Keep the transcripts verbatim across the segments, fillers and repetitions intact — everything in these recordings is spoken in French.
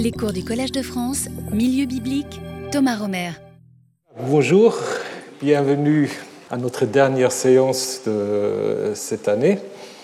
Les cours du Collège de France, Milieu biblique, Thomas Romer. Bonjour, bienvenue à notre dernière séance de cette année.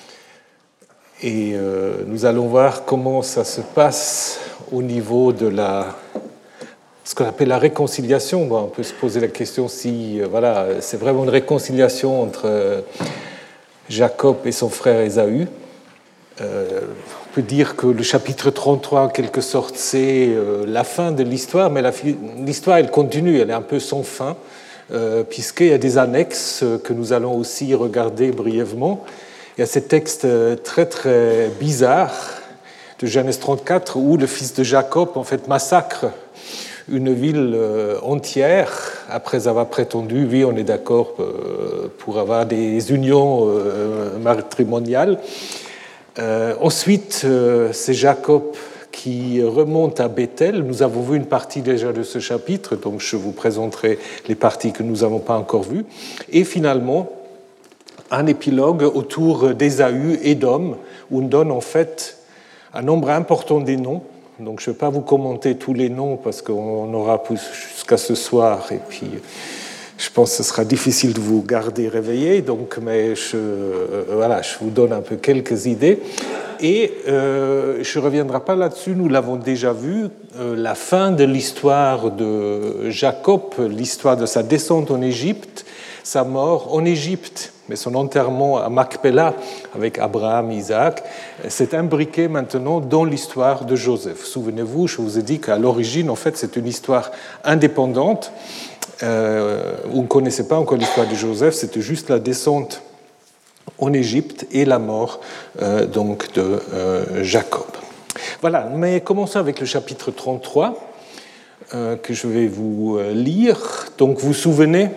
Et euh, nous allons voir comment ça se passe au niveau de la, ce qu'on appelle la réconciliation. Bon, on peut se poser la question si euh, voilà, c'est vraiment une réconciliation entre euh, Jacob et son frère Ésaü. Euh, on peut dire que le chapitre trente-trois, en quelque sorte, c'est euh, la fin de l'histoire, mais la, l'histoire, elle continue, elle est un peu sans fin, euh, puisqu'il y a des annexes que nous allons aussi regarder brièvement. Il y a ces textes très, très bizarres de Genèse trente-quatre, où le fils de Jacob, en fait, massacre une ville entière, après avoir prétendu, oui, on est d'accord pour avoir des unions matrimoniales. Euh, ensuite, euh, c'est Jacob qui remonte à Bethel. Nous avons vu une partie déjà de ce chapitre, donc je vous présenterai les parties que nous n'avons pas encore vues. Et finalement, un épilogue autour d'Ésaü et d'Édom, où on donne en fait un nombre important des noms. Donc je ne vais pas vous commenter tous les noms parce qu'on aura jusqu'à ce soir et puis je pense que ce sera difficile de vous garder réveillés, donc, mais je, euh, voilà, je vous donne un peu quelques idées. Et euh, je ne reviendrai pas là-dessus, nous l'avons déjà vu, euh, la fin de l'histoire de Jacob, l'histoire de sa descente en Égypte, sa mort en Égypte, mais son enterrement à Macpéla avec Abraham, Isaac, s'est imbriqué maintenant dans l'histoire de Joseph. Souvenez-vous, je vous ai dit qu'à l'origine, en fait, c'est une histoire indépendante. Euh, on ne connaissait pas encore l'histoire de Joseph, c'était juste la descente en Égypte et la mort euh, donc de euh, Jacob. Voilà, mais commençons avec le chapitre trente-trois euh, que je vais vous lire. Donc vous vous souvenez,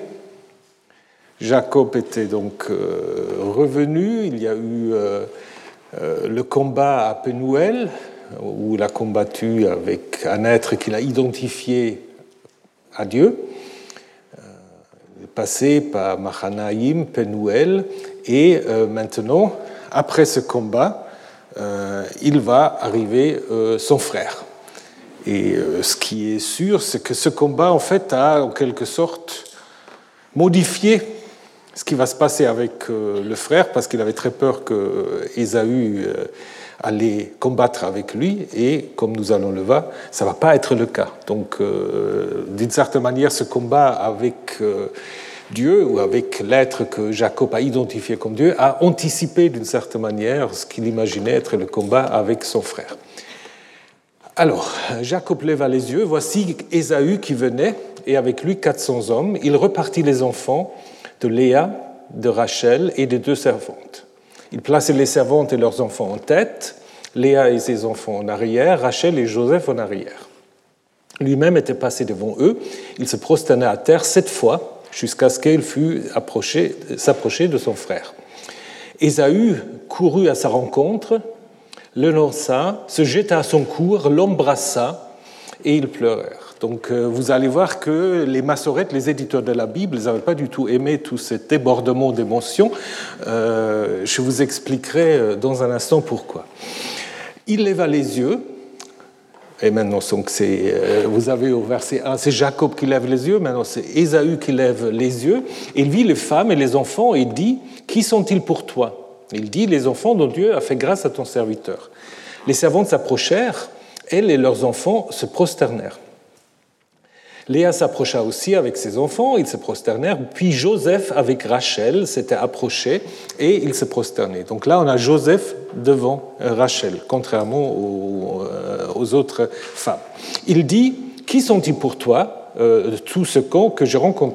Jacob était donc euh, revenu, il y a eu euh, euh, le combat à Pénuel, où il a combattu avec un être qu'il a identifié à Dieu, passé par Mahanaïm, Pénuel, et euh, maintenant, après ce combat, euh, il va arriver euh, son frère. Et euh, ce qui est sûr, c'est que ce combat, en fait, a en quelque sorte modifié ce qui va se passer avec euh, le frère, parce qu'il avait très peur que Ésaü euh, allait combattre avec lui, et comme nous allons le voir, ça ne va pas être le cas. Donc, euh, d'une certaine manière, ce combat avec euh, Dieu, ou avec l'être que Jacob a identifié comme Dieu, a anticipé d'une certaine manière ce qu'il imaginait être le combat avec son frère. Alors, Jacob leva les yeux, voici Ésaü qui venait, et avec lui quatre cents hommes. Il repartit les enfants de Léa, de Rachel et des deux servantes. Il plaçait les servantes et leurs enfants en tête, Léa et ses enfants en arrière, Rachel et Joseph en arrière. Lui-même était passé devant eux, il se prosternait à terre sept fois, jusqu'à ce qu'il fût approché, s'approcher de son frère. Ésaü courut à sa rencontre, le lança, se jeta à son cou, l'embrassa, et ils pleurèrent. Donc vous allez voir que les massorettes, les éditeurs de la Bible, ils n'avaient pas du tout aimé tout ce débordement d'émotions. Euh, je vous expliquerai dans un instant pourquoi. Il leva les yeux, et maintenant donc c'est, vous avez au verset un, c'est Jacob qui lève les yeux, maintenant c'est Ésaü qui lève les yeux. Il vit les femmes et les enfants et dit, qui sont-ils pour toi ? Il dit, les enfants dont Dieu a fait grâce à ton serviteur. Les servantes s'approchèrent, elles et leurs enfants se prosternèrent. Léa s'approcha aussi avec ses enfants, ils se prosternèrent, puis Joseph avec Rachel s'était approché et il se prosternait. Donc là, on a Joseph devant Rachel, contrairement aux, aux autres femmes. Il dit, qui sont-ils pour toi, euh, tout ce camp que j'ai rencontré ?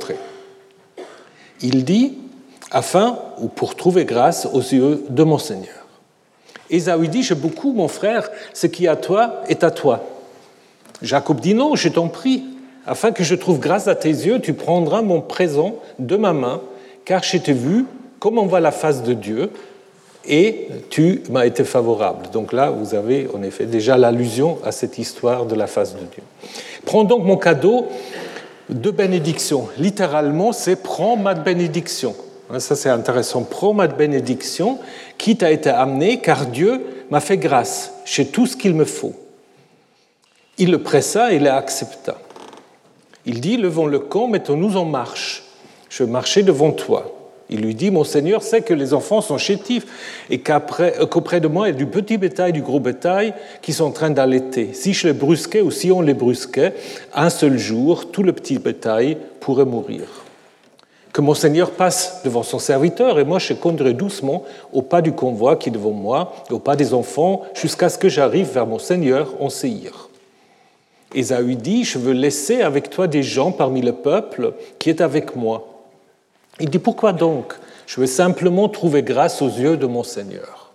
Il dit, afin ou pour trouver grâce aux yeux de mon Seigneur. Ésaü dit, j'ai beaucoup, mon frère, ce qui est à toi est à toi. Jacob dit, non, je t'en prie. Afin que je trouve grâce à tes yeux, tu prendras mon présent de ma main, car je t'ai vu comme on voit la face de Dieu, et tu m'as été favorable. Donc là, vous avez en effet déjà l'allusion à cette histoire de la face de Dieu. Prends donc mon cadeau de bénédiction. Littéralement, c'est « prends ma bénédiction ». Ça, c'est intéressant. « Prends ma bénédiction qui t'a été amenée, car Dieu m'a fait grâce chez tout ce qu'il me faut. » Il le pressa et l'accepta. Il dit, levons le camp, mettons-nous en marche. Je vais marcher devant toi. Il lui dit, mon Seigneur sait que les enfants sont chétifs et qu'après, qu'auprès de moi il y a du petit bétail, du gros bétail qui sont en train d'allaiter. Si je les brusquais ou si on les brusquait, un seul jour, tout le petit bétail pourrait mourir. Que mon Seigneur passe devant son serviteur et moi je conduirai doucement au pas du convoi qui est devant moi, au pas des enfants, jusqu'à ce que j'arrive vers mon Seigneur en Séhir. Ésaü dit, je veux laisser avec toi des gens parmi le peuple qui est avec moi. Il dit, pourquoi donc? Je veux simplement trouver grâce aux yeux de mon Seigneur.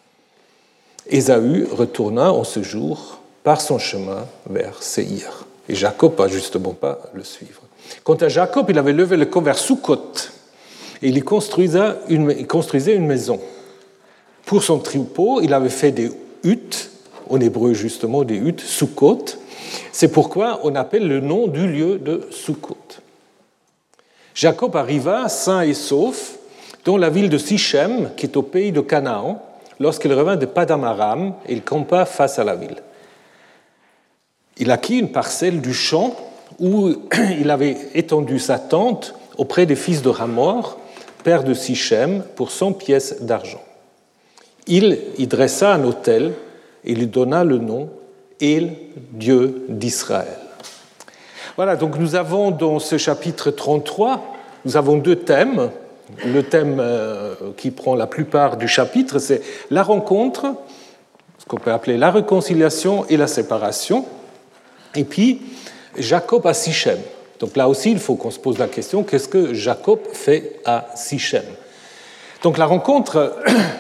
Ésaü retourna en ce jour par son chemin vers Séhir. Et Jacob n'a justement pas le suivre. Quant à Jacob, il avait levé le camp vers Sukkot et il y construisait une, il construisait une maison. Pour son troupeau, il avait fait des huttes, en hébreu justement des huttes, Sukkot. C'est pourquoi on appelle le nom du lieu de Sukkot. Jacob arriva sain et sauf dans la ville de Sichem, qui est au pays de Canaan, lorsqu'il revint de Paddan Aram et il campa face à la ville. Il acquit une parcelle du champ où il avait étendu sa tente auprès des fils de Hamor, père de Sichem, pour cent pièces d'argent. Il y dressa un autel et lui donna le nom El, Dieu d'Israël. Voilà, donc nous avons dans ce chapitre trente-trois, nous avons deux thèmes. Le thème euh, qui prend la plupart du chapitre, c'est la rencontre, ce qu'on peut appeler la réconciliation et la séparation, et puis Jacob à Sichem. Donc là aussi, il faut qu'on se pose la question, qu'est-ce que Jacob fait à Sichem? Donc la rencontre,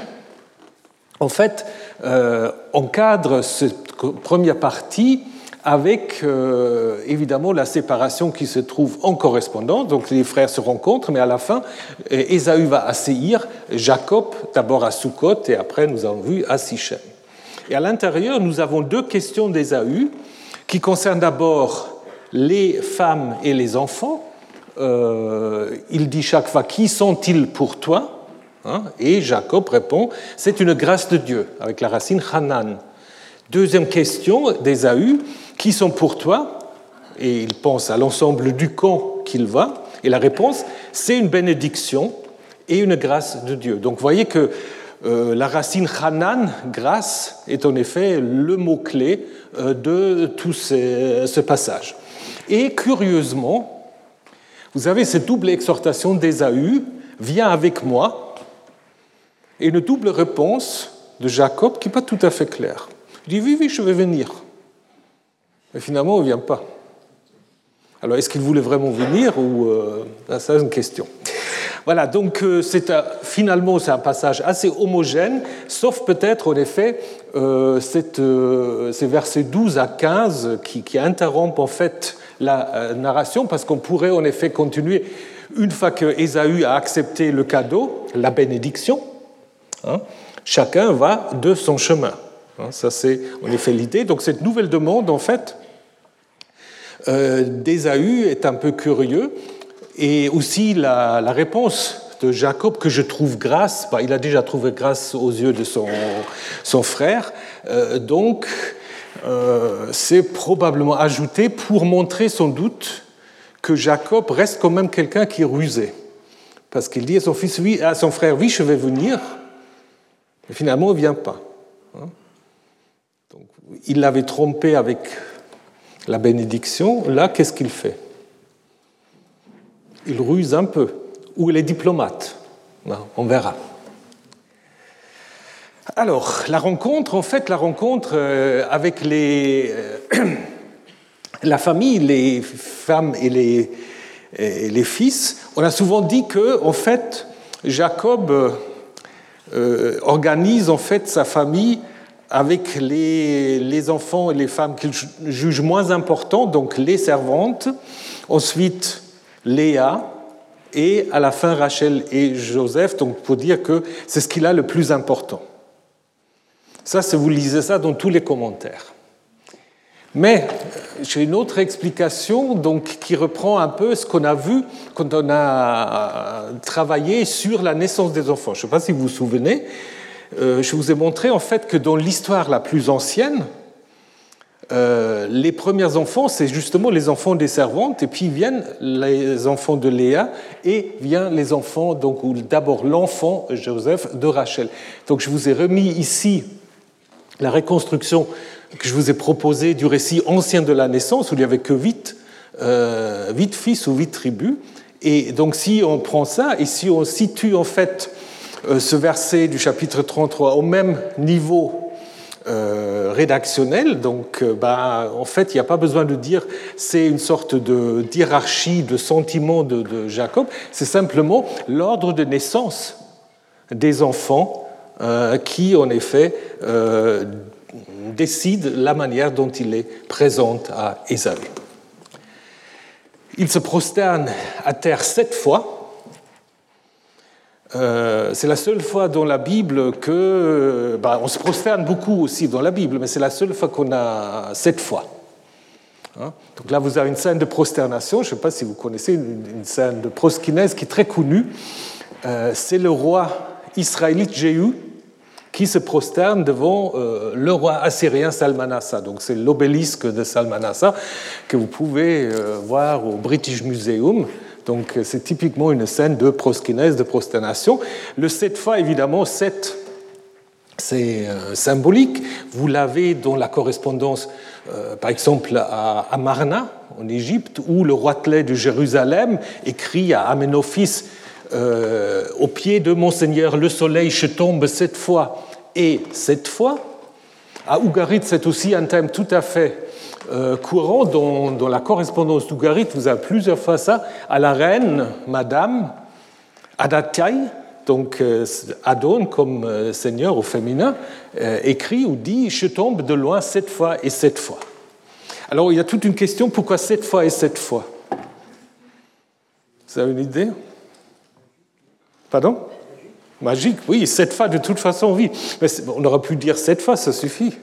en fait, euh, encadre cette première partie avec euh, évidemment la séparation qui se trouve en correspondance. Donc les frères se rencontrent, mais à la fin, Ésaü va à Séhir, Jacob d'abord à Sukkot et après nous avons vu à Sichem. Et à l'intérieur, nous avons deux questions d'Ésaü qui concernent d'abord les femmes et les enfants. Euh, il dit chaque fois, qui sont-ils pour toi? Hein? Et Jacob répond, c'est une grâce de Dieu, avec la racine Hanan. Deuxième question d'Ésaü, qui sont pour toi? Et il pense à l'ensemble du camp qu'il va. Et la réponse, c'est une bénédiction et une grâce de Dieu. Donc vous voyez que euh, la racine Hanan, grâce, est en effet le mot-clé euh, de tout ces, ce passage. Et curieusement, vous avez cette double exhortation d'Ésaü, viens avec moi, et une double réponse de Jacob qui n'est pas tout à fait claire. Il dit, oui, oui, je vais venir. Mais finalement, il ne vient pas. Alors, est-ce qu'il voulait vraiment venir ou euh, ça, c'est une question. Voilà, donc euh, c'est un, finalement, c'est un passage assez homogène, sauf peut-être, en effet, euh, cette, euh, ces versets douze à quinze qui, qui interrompent en fait la euh, narration, parce qu'on pourrait en effet continuer une fois que Ésaü a accepté le cadeau, la bénédiction, hein, chacun va de son chemin. Ça, c'est en effet l'idée. Donc, cette nouvelle demande, en fait, euh, d'Ésaü est un peu curieux. Et aussi, la, la réponse de Jacob, que je trouve grâce, bah, il a déjà trouvé grâce aux yeux de son, son frère. Euh, donc, euh, c'est probablement ajouté pour montrer sans doute que Jacob reste quand même quelqu'un qui est rusé. Parce qu'il dit à son, fils, oui, à son frère, oui, je vais venir. Mais finalement, il ne vient pas. Hein? Donc, il l'avait trompé avec la bénédiction. Là, qu'est-ce qu'il fait? Il ruse un peu. Ou il est diplomate. Non, on verra. Alors, la rencontre, en fait, la rencontre avec les, la famille, les femmes et les, et les fils, on a souvent dit que, en fait, Jacob euh, organise en fait sa famille avec les, les enfants et les femmes qu'il juge moins importants, donc les servantes, ensuite Léa, et à la fin Rachel et Joseph, donc pour dire que c'est ce qu'il a le plus important. Ça, c'est, vous lisez ça dans tous les commentaires. Mais j'ai une autre explication donc, qui reprend un peu ce qu'on a vu quand on a travaillé sur la naissance des enfants. Je ne sais pas si vous vous souvenez, euh, je vous ai montré en fait que dans l'histoire la plus ancienne, euh, les premiers enfants, c'est justement les enfants des servantes, et puis viennent les enfants de Léa, et viennent les enfants, donc ou d'abord l'enfant Joseph de Rachel. Donc je vous ai remis ici la reconstruction que je vous ai proposée du récit ancien de la naissance, où il n'y avait que huit, euh, huit fils ou huit tribus. Et donc si on prend ça, et si on situe en fait euh, ce verset du chapitre trente-trois au même niveau Euh, rédactionnel, donc euh, bah, en fait il n'y a pas besoin de dire c'est une sorte de hiérarchie de sentiments de, de Jacob, c'est simplement l'ordre de naissance des enfants euh, qui en effet euh, décide la manière dont il les présente à Ésaü. Il se prosterne à terre sept fois. Euh, c'est la seule fois dans la Bible que... Ben, on se prosterne beaucoup aussi dans la Bible, mais c'est la seule fois qu'on a sept fois. Hein? Donc là, vous avez une scène de prosternation, je ne sais pas si vous connaissez, une, une scène de proskinèse qui est très connue. Euh, c'est le roi israélite Jéhu qui se prosterne devant euh, le roi assyrien Salmanassar. Donc c'est l'obélisque de Salmanassar que vous pouvez euh, voir au British Museum. Donc c'est typiquement une scène de proskinèse, de prosternation. Le sept fois, évidemment, sept, c'est euh, symbolique. Vous l'avez dans la correspondance, euh, par exemple, à Amarna, en Égypte, où le roitelet de Jérusalem écrit à Amenophis euh, « Au pied de mon Seigneur, le soleil je tombe sept fois et sept fois ». À Ougarit, c'est aussi un thème tout à fait Euh, courant dans, dans la correspondance d'Ougarit, vous avez plusieurs fois ça, à la reine, madame, Adatai, donc euh, Adon comme euh, seigneur au féminin, euh, écrit ou dit « Je tombe de loin sept fois et sept fois ». Alors il y a toute une question, pourquoi sept fois et sept fois? Vous avez une idée? Pardon? Magique, oui, sept fois de toute façon, oui. Mais on aurait pu dire sept fois, ça suffit.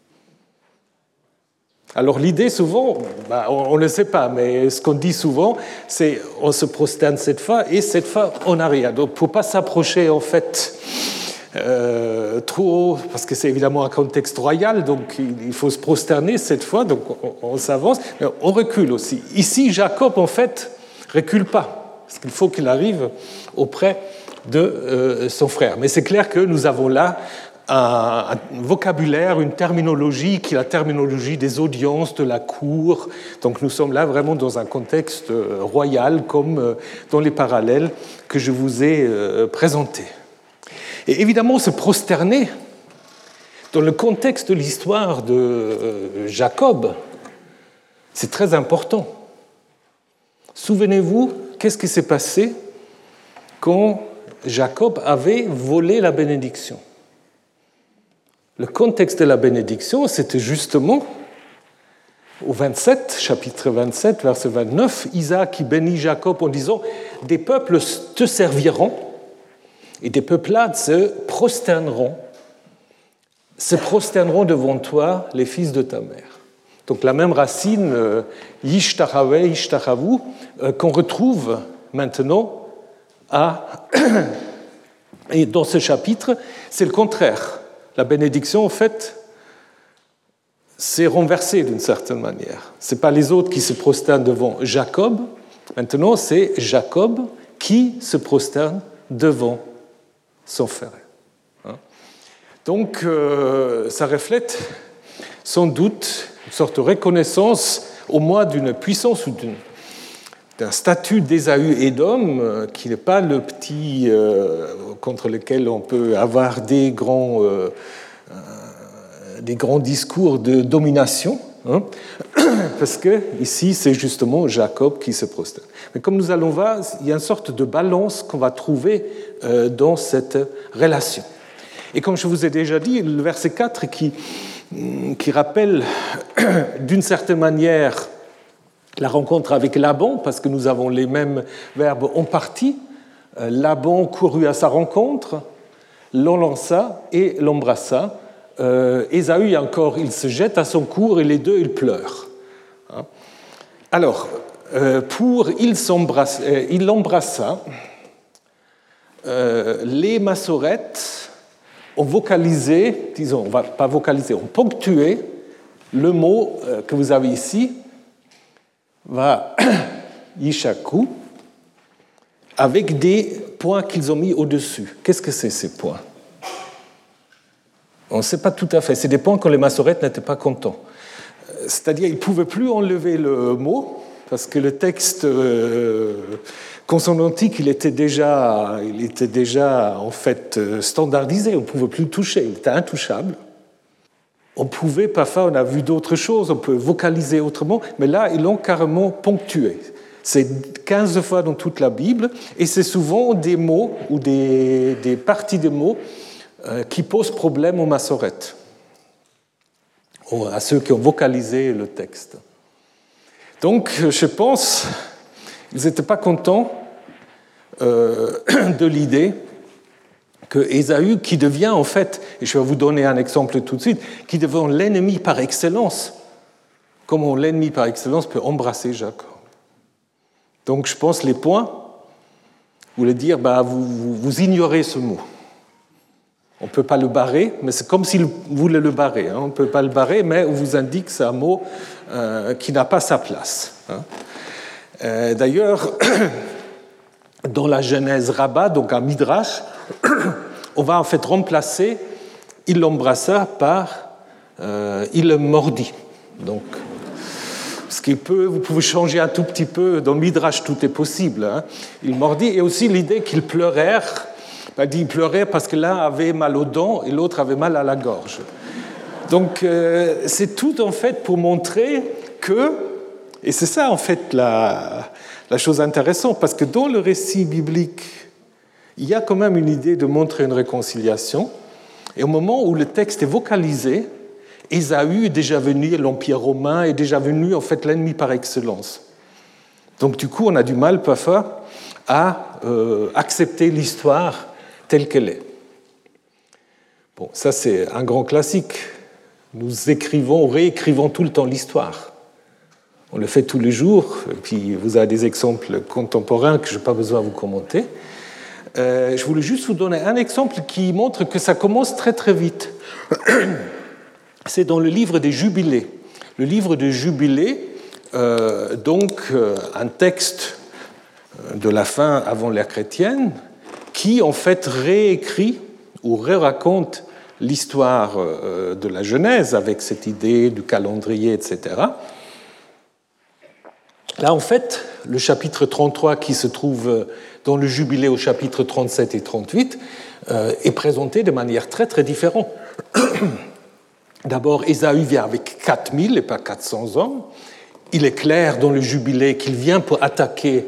Alors l'idée souvent, bah, on ne le sait pas, mais ce qu'on dit souvent, c'est on se prosterne sept fois et sept fois en arrière. Donc pour ne pas s'approcher en fait euh, trop haut, parce que c'est évidemment un contexte royal, donc il faut se prosterner sept fois, donc on, on s'avance, mais on recule aussi. Ici, Jacob en fait recule pas, parce qu'il faut qu'il arrive auprès de euh, son frère. Mais c'est clair que nous avons là un vocabulaire, une terminologie qui est la terminologie des audiences, de la cour. Donc nous sommes là vraiment dans un contexte royal, comme dans les parallèles que je vous ai présentés. Et évidemment, se prosterner, dans le contexte de l'histoire de Jacob, c'est très important. Souvenez-vous, qu'est-ce qui s'est passé quand Jacob avait volé la bénédiction? Le contexte de la bénédiction, c'était justement au vingt-sept, chapitre vingt-sept, verset vingt-neuf, Isaac qui bénit Jacob en disant « Des peuples te serviront et des peuplades se prosterneront, se prosterneront devant toi, les fils de ta mère. » Donc la même racine, euh, yishtachavé, yishtachavu, euh, qu'on retrouve maintenant à... Et dans ce chapitre, c'est le contraire. La bénédiction, en fait, s'est renversée d'une certaine manière. Ce n'est pas les autres qui se prosternent devant Jacob. Maintenant, c'est Jacob qui se prosterne devant son frère. Donc, euh, ça reflète sans doute une sorte de reconnaissance, au moins d'une puissance ou d'une, d'un statut d'Ésaü-Édom qui n'est pas le petit euh, contre lequel on peut avoir des grands, euh, euh, des grands discours de domination, hein, parce que ici c'est justement Jacob qui se prosterne. Mais comme nous allons voir, il y a une sorte de balance qu'on va trouver euh, dans cette relation. Et comme je vous ai déjà dit, le verset quatre qui, qui rappelle d'une certaine manière la rencontre avec Laban, parce que nous avons les mêmes verbes en partie. Laban courut à sa rencontre, l'enlaça et l'embrassa. Euh, Ésaü, encore, il se jette à son cours et les deux, ils pleurent. Alors, euh, pour il, euh, il l'embrassa, euh, les massorettes ont vocalisé, disons, on va pas vocaliser, ont ponctué le mot que vous avez ici va Yishaku avec des points qu'ils ont mis au-dessus. Qu'est-ce que c'est ces points? On ne sait pas tout à fait. C'est des points quand les massorettes n'étaient pas contents. C'est-à-dire qu'ils ne pouvaient plus enlever le mot parce que le texte euh, consonantique, il était déjà, il était déjà en fait standardisé. On ne pouvait plus le toucher. Il était intouchable. On pouvait, parfois, on a vu d'autres choses, on peut vocaliser autrement, mais là, ils l'ont carrément ponctué. C'est quinze fois dans toute la Bible, et c'est souvent des mots ou des, des parties de mots euh, qui posent problème aux massorettes, à ceux qui ont vocalisé le texte. Donc, je pense, ils n'étaient pas contents euh, de l'idée que Ésaü, qui devient en fait, et je vais vous donner un exemple tout de suite, qui devient l'ennemi par excellence, comment l'ennemi par excellence peut embrasser Jacob. Donc je pense les points voulaient dire, bah, vous, vous, vous ignorez ce mot. On ne peut pas le barrer, mais c'est comme s'il voulait le barrer. Hein. On ne peut pas le barrer, mais on vous indique que c'est un mot euh, qui n'a pas sa place. Hein. Euh, d'ailleurs, dans la Genèse Rabbah, donc un Midrash, on va en fait remplacer « il l'embrassa » par euh, « il le mordit ». Donc, ce qui peut, vous pouvez changer un tout petit peu, dans le Midrash, tout est possible. Hein. Il mordit, et aussi l'idée qu'ils pleurèrent. Il dit qu'ils pleuraient parce que l'un avait mal aux dents et l'autre avait mal à la gorge. Donc, euh, c'est tout en fait pour montrer que, et c'est ça en fait la, la chose intéressante, parce que dans le récit biblique, il y a quand même une idée de montrer une réconciliation. Et au moment où le texte est vocalisé, Ésaü est déjà venu, l'Empire romain est déjà venu, en fait, l'ennemi par excellence. Donc, du coup, on a du mal, parfois, à euh, accepter l'histoire telle qu'elle est. Bon, ça, c'est un grand classique. Nous écrivons, réécrivons tout le temps l'histoire. On le fait tous les jours, et puis vous avez des exemples contemporains que je n'ai pas besoin de vous commenter. Euh, je voulais juste vous donner un exemple qui montre que ça commence très très vite. C'est dans le livre des Jubilés. Le livre des Jubilés, euh, donc euh, un texte de la fin avant l'ère chrétienne, qui en fait réécrit ou ré-raconte l'histoire euh, de la Genèse avec cette idée du calendrier, et cetera. Là, en fait, le chapitre trente-trois qui se trouve dans le Jubilé au chapitre trente-sept et trente-huit euh, est présenté de manière très très différente. D'abord, Ésaü vient avec quatre mille et pas quatre cents hommes. Il est clair dans le Jubilé qu'il vient pour attaquer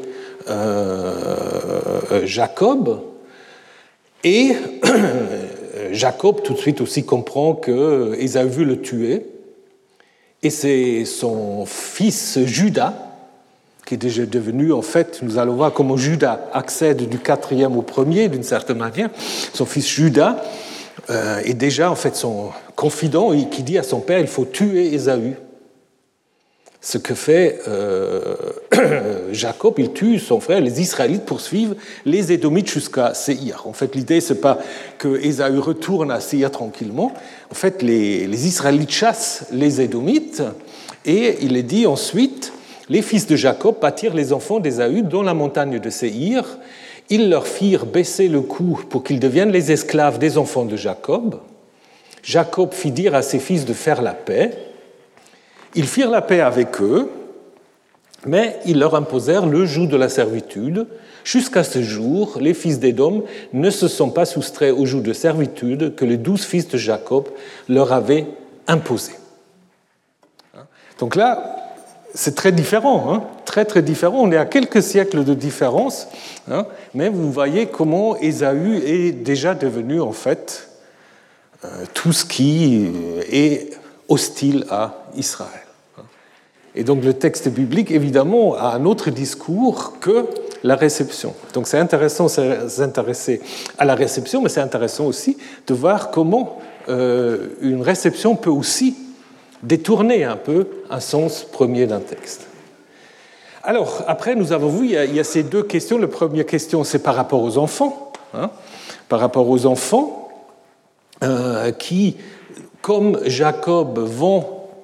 euh, Jacob. Et Jacob tout de suite aussi comprend que Ésaü veut le tuer. Et c'est son fils Juda, qui est déjà devenu, en fait, nous allons voir comment Juda accède du quatrième au premier, d'une certaine manière. Son fils Juda euh, est déjà, en fait, son confident et qui dit à son père, il faut tuer Ésaü. Ce que fait euh, Jacob, il tue son frère, les Israélites poursuivent les Édomites jusqu'à Séhir. En fait, l'idée, ce n'est pas que Ésaü retourne à Séhir tranquillement. En fait, les, les Israélites chassent les Édomites et il est dit ensuite, les fils de Jacob battirent les enfants d'Ésaü dans la montagne de Séhir. Ils leur firent baisser le cou pour qu'ils deviennent les esclaves des enfants de Jacob. Jacob fit dire à ses fils de faire la paix. Ils firent la paix avec eux, mais ils leur imposèrent le joug de la servitude. Jusqu'à ce jour, les fils d'Édom ne se sont pas soustraits au joug de servitude que les douze fils de Jacob leur avaient imposé. Donc là, c'est très différent, hein, très très différent. On est à quelques siècles de différence, hein, mais vous voyez comment Ésaü est déjà devenu en fait euh, tout ce qui est hostile à Israël. Et donc le texte biblique, évidemment, a un autre discours que la réception. Donc c'est intéressant de s'intéresser à la réception, mais c'est intéressant aussi de voir comment euh, une réception peut aussi détourner un peu un sens premier d'un texte. Alors, après, nous avons vu, il y a, il y a ces deux questions. La première question, c'est par rapport aux enfants. Hein, par rapport aux enfants euh, qui, comme Jacob, vont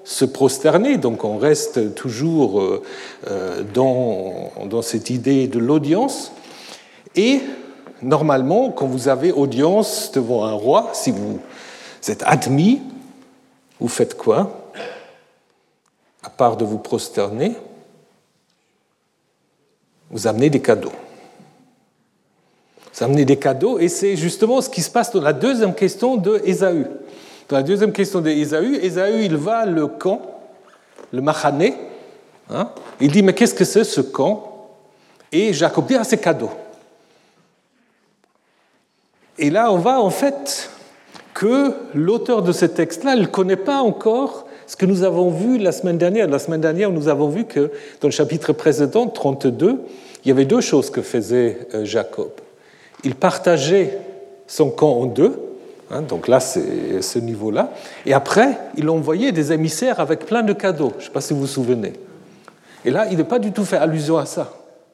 se prosterner, donc on reste toujours euh, dans, dans cette idée de l'audience. Et normalement, quand vous avez audience devant un roi, si vous êtes admis, vous faites quoi? À part de vous prosterner, vous amenez des cadeaux. Vous amenez des cadeaux, et c'est justement ce qui se passe dans la deuxième question de Ésaü. Dans la deuxième question d'Ésaü, Ésaü, il va le camp, le Machané, hein, il dit, mais qu'est-ce que c'est ce camp? Et Jacob dit, ah, c'est cadeau. Et là, on voit en fait que l'auteur de ce texte-là, il ne connaît pas encore ce que nous avons vu la semaine dernière. La semaine dernière, nous avons vu que dans le chapitre précédent, trente-deux, il y avait deux choses que faisait Jacob. Il partageait son camp en deux, hein, donc là, c'est ce niveau-là, et après, il envoyait des émissaires avec plein de cadeaux. Je ne sais pas si vous vous souvenez. Et là, il n'a pas du tout fait allusion à ça.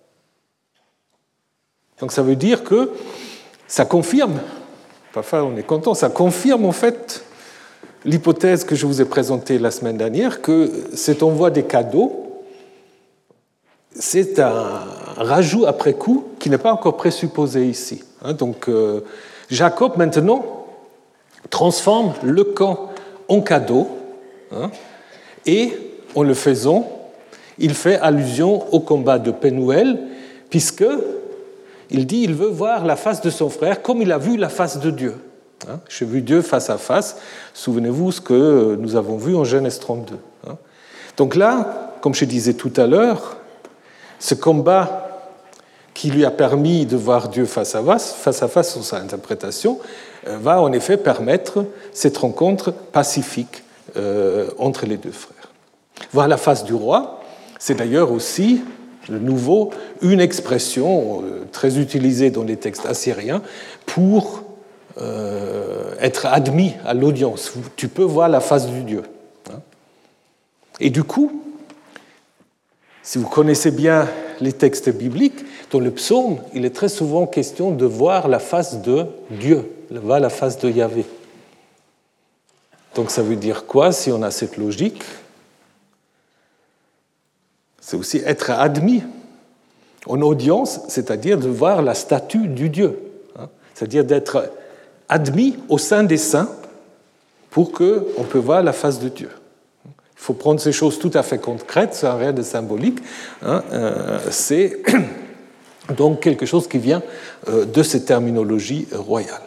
Donc ça veut dire que ça confirme, parfois on est content, ça confirme en fait l'hypothèse que je vous ai présentée la semaine dernière, que cet envoi des cadeaux, c'est un rajout après coup qui n'est pas encore présupposé ici. Donc euh, Jacob maintenant transforme le camp en cadeau, hein, et en le faisant, il fait allusion au combat de Pénuel, puisque il dit qu'il veut voir la face de son frère comme il a vu la face de Dieu. Hein, j'ai vu Dieu face à face. Souvenez-vous ce que nous avons vu en Genèse trente-deux. Hein. Donc là, comme je disais tout à l'heure, ce combat qui lui a permis de voir Dieu face à face, face à face sur sa interprétation, va en effet permettre cette rencontre pacifique euh, entre les deux frères. Voir la face du roi, c'est d'ailleurs aussi de nouveau une expression très utilisée dans les textes assyriens pour euh, être admis à l'audience. Tu peux voir la face du Dieu. Et du coup, si vous connaissez bien les textes bibliques, dans le psaume, il est très souvent question de voir la face de Dieu, voir la face de Yahvé. Donc ça veut dire quoi si on a cette logique? C'est aussi être admis en audience, c'est-à-dire de voir la statue du Dieu, hein, c'est-à-dire d'être admis au sein des saints pour qu'on puisse voir la face de Dieu. Il faut prendre ces choses tout à fait concrètes, sans rien de symbolique. Hein, euh, c'est donc quelque chose qui vient euh, de cette terminologie royale.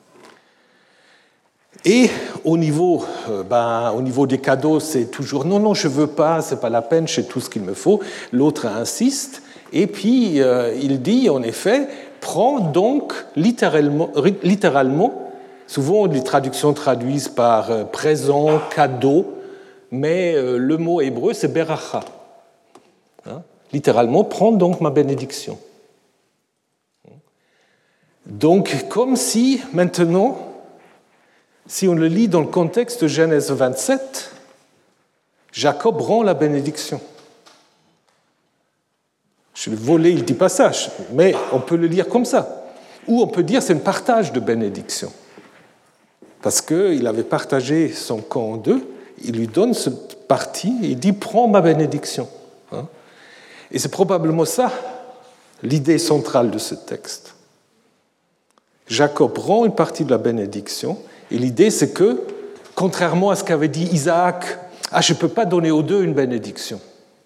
Et au niveau, euh, ben, au niveau des cadeaux, c'est toujours « non, non, je ne veux pas, ce n'est pas la peine, j'ai tout ce qu'il me faut ». L'autre insiste, et puis euh, il dit en effet « prends donc littéralement, littéralement », souvent les traductions traduisent par euh, « présent »,« cadeau », mais euh, le mot hébreu c'est « beracha ». Hein, littéralement « prends donc ma bénédiction ». Donc comme si maintenant... Si on le lit dans le contexte de Genèse vingt-sept, Jacob rend la bénédiction. Je l'ai volé, il ne dit pas ça, mais on peut le lire comme ça. Ou on peut dire que c'est un partage de bénédiction. Parce qu'il avait partagé son camp en deux, il lui donne cette partie et il dit « prends ma bénédiction ». Et c'est probablement ça l'idée centrale de ce texte. Jacob rend une partie de la bénédiction. Et l'idée, c'est que, contrairement à ce qu'avait dit Isaac, « Ah, je ne peux pas donner aux deux une bénédiction ».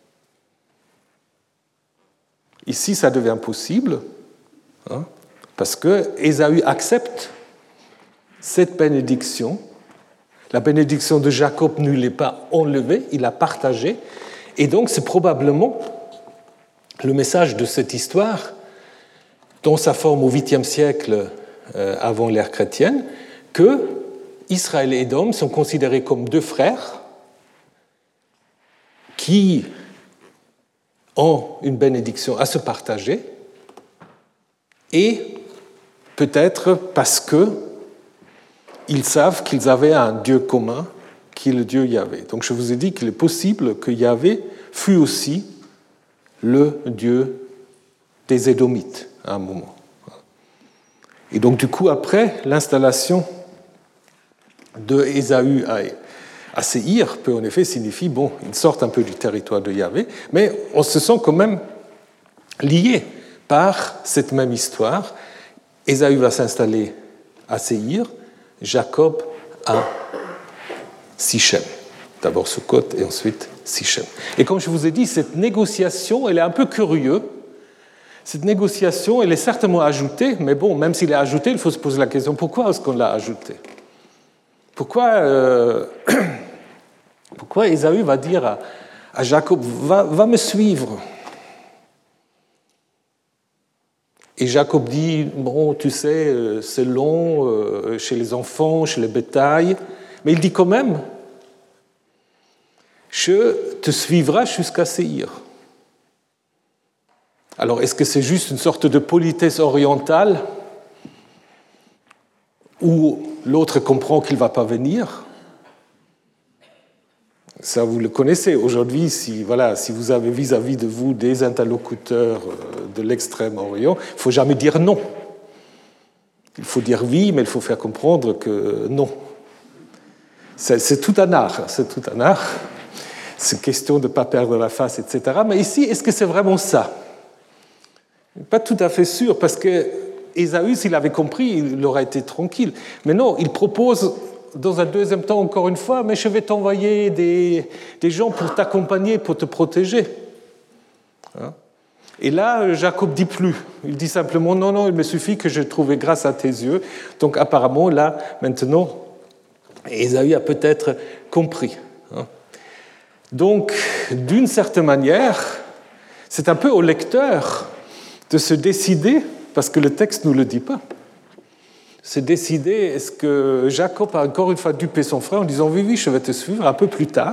Ici, ça devient possible, hein, parce que Ésaü accepte cette bénédiction. La bénédiction de Jacob ne l'est pas enlevée, il l'a partagée. Et donc, c'est probablement le message de cette histoire, dans sa forme au huitième siècle euh, avant l'ère chrétienne, que Israël et Édom sont considérés comme deux frères qui ont une bénédiction à se partager, et peut-être parce qu'ils savent qu'ils avaient un Dieu commun, qui est le Dieu Yahvé. Donc je vous ai dit qu'il est possible que Yahvé fût aussi le Dieu des Édomites à un moment. Et donc du coup, après l'installation de Ésaü à Séhir peut en effet signifier, bon, ils sortent un peu du territoire de Yahvé, mais on se sent quand même liés par cette même histoire. Ésaü va s'installer à Séhir, Jacob à Sichem. D'abord Sukkot et ensuite Sichem. Et comme je vous ai dit, cette négociation, elle est un peu curieuse. Cette négociation, elle est certainement ajoutée, mais bon, même s'il est ajouté, il faut se poser la question, pourquoi est-ce qu'on l'a ajouté ? Pourquoi, euh, pourquoi Ésaü va dire à, à Jacob, va, va me suivre ? Et Jacob dit, bon, tu sais, c'est long euh, chez les enfants, chez les bétails, mais il dit quand même, je te suivrai jusqu'à Séhir. Alors, est-ce que c'est juste une sorte de politesse orientale où l'autre comprend qu'il ne va pas venir ? Ça, vous le connaissez. Aujourd'hui, si, voilà, si vous avez vis-à-vis de vous des interlocuteurs de l'Extrême-Orient, il ne faut jamais dire non. Il faut dire oui, mais il faut faire comprendre que non. C'est, c'est tout un art, c'est tout un art. C'est question de ne pas perdre la face, et cetera. Mais ici, est-ce que c'est vraiment ça ? Pas tout à fait sûr, parce que Ésaü, s'il avait compris, il aurait été tranquille. Mais non, il propose, dans un deuxième temps, encore une fois, mais je vais t'envoyer des, des gens pour t'accompagner, pour te protéger. Hein ? Et là, Jacob dit plus. Il dit simplement, non, non, il me suffit que je trouve grâce à tes yeux. Donc apparemment, là, maintenant, Ésaü a peut-être compris. Hein ? Donc, d'une certaine manière, c'est un peu au lecteur de se décider, parce que le texte ne nous le dit pas, se décider, est-ce que Jacob a encore une fois dupé son frère en disant « Oui, oui, je vais te suivre un peu plus tard »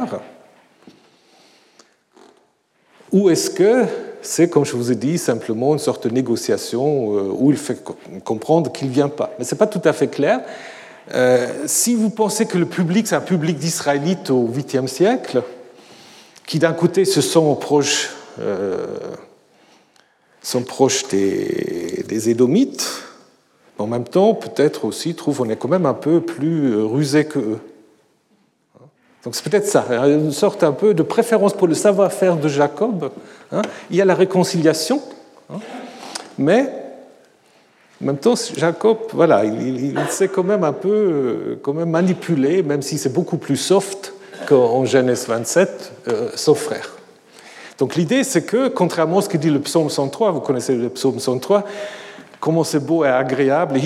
ou est-ce que c'est, comme je vous ai dit, simplement une sorte de négociation où il fait comprendre qu'il ne vient pas. Mais ce n'est pas tout à fait clair. Euh, si vous pensez que le public, c'est un public d'Israélites au huitième siècle, qui d'un côté se sont proches... Euh, sont proches des, des Édomites, en même temps, peut-être aussi, trouvent qu'on est quand même un peu plus rusé qu'eux. Donc c'est peut-être ça, une sorte un peu de préférence pour le savoir-faire de Jacob. Hein. Il y a la réconciliation, hein. Mais en même temps, Jacob, voilà, il, il sait quand même un peu quand même manipuler, même si c'est beaucoup plus soft qu'en Genèse vingt-sept, euh, son frère. Donc l'idée, c'est que, contrairement à ce que dit le psaume cent trois, vous connaissez le psaume cent trois, comment c'est beau et agréable,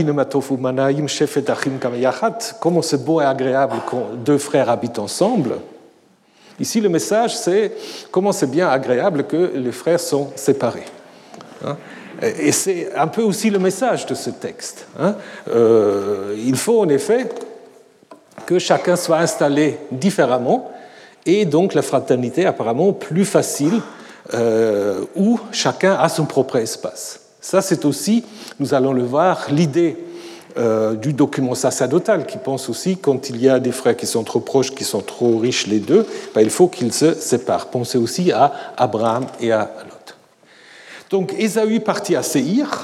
comment c'est beau et agréable quand deux frères habitent ensemble. Ici, le message, c'est comment c'est bien agréable que les frères sont séparés. Et c'est un peu aussi le message de ce texte. Euh, il faut en effet que chacun soit installé différemment, et donc la fraternité apparemment plus facile, euh, où chacun a son propre espace. Ça, c'est aussi, nous allons le voir, l'idée euh, du document sacerdotal, qui pense aussi, quand il y a des frères qui sont trop proches, qui sont trop riches les deux, ben, il faut qu'ils se séparent. Pensez aussi à Abraham et à Lot. Donc Ésaü partit à Séhir,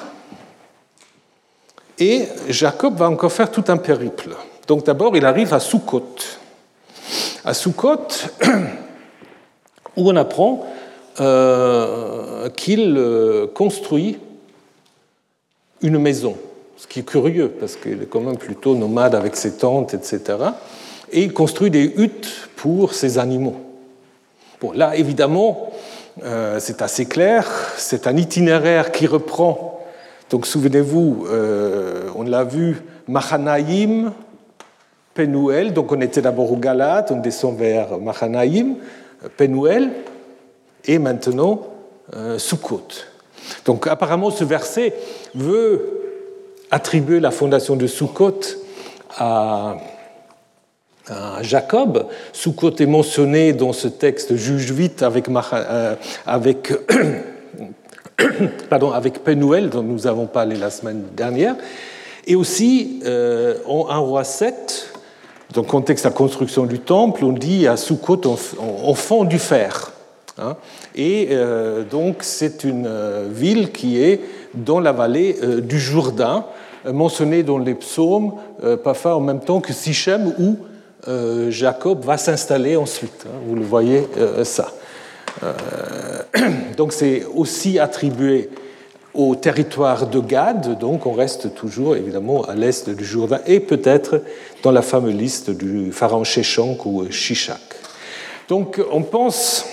et Jacob va encore faire tout un périple. Donc d'abord, il arrive à Sukkot. À Sukkot, où on apprend euh, qu'il euh, construit une maison, ce qui est curieux, parce qu'il est quand même plutôt nomade avec ses tentes, et cetera. Et il construit des huttes pour ses animaux. Bon, là, évidemment, euh, c'est assez clair, c'est un itinéraire qui reprend, donc souvenez-vous, euh, on l'a vu, Mahanaïm, Penuel, donc on était d'abord au Galate, on descend vers Mahanaïm, Penuel, et maintenant euh, Sukkot. Donc apparemment ce verset veut attribuer la fondation de Sukkot à, à Jacob. Sukkot est mentionné dans ce texte Juge huit avec, euh, avec, pardon, avec Penuel, dont nous avons parlé la semaine dernière, et aussi euh, en un roi sept. Dans le contexte de la construction du temple, on dit à Sukkot, on, on fend du fer. Hein, et euh, donc, c'est une euh, ville qui est dans la vallée euh, du Jourdain, euh, mentionnée dans les psaumes, euh, parfois en même temps que Sichem ou euh, Jacob va s'installer ensuite. Hein, vous le voyez, euh, ça. Euh, donc c'est aussi attribué au territoire de Gad, donc on reste toujours évidemment à l'est du Jourdain, et peut-être dans la fameuse liste du pharaon Sheshonq ou Shishak. Donc on pense,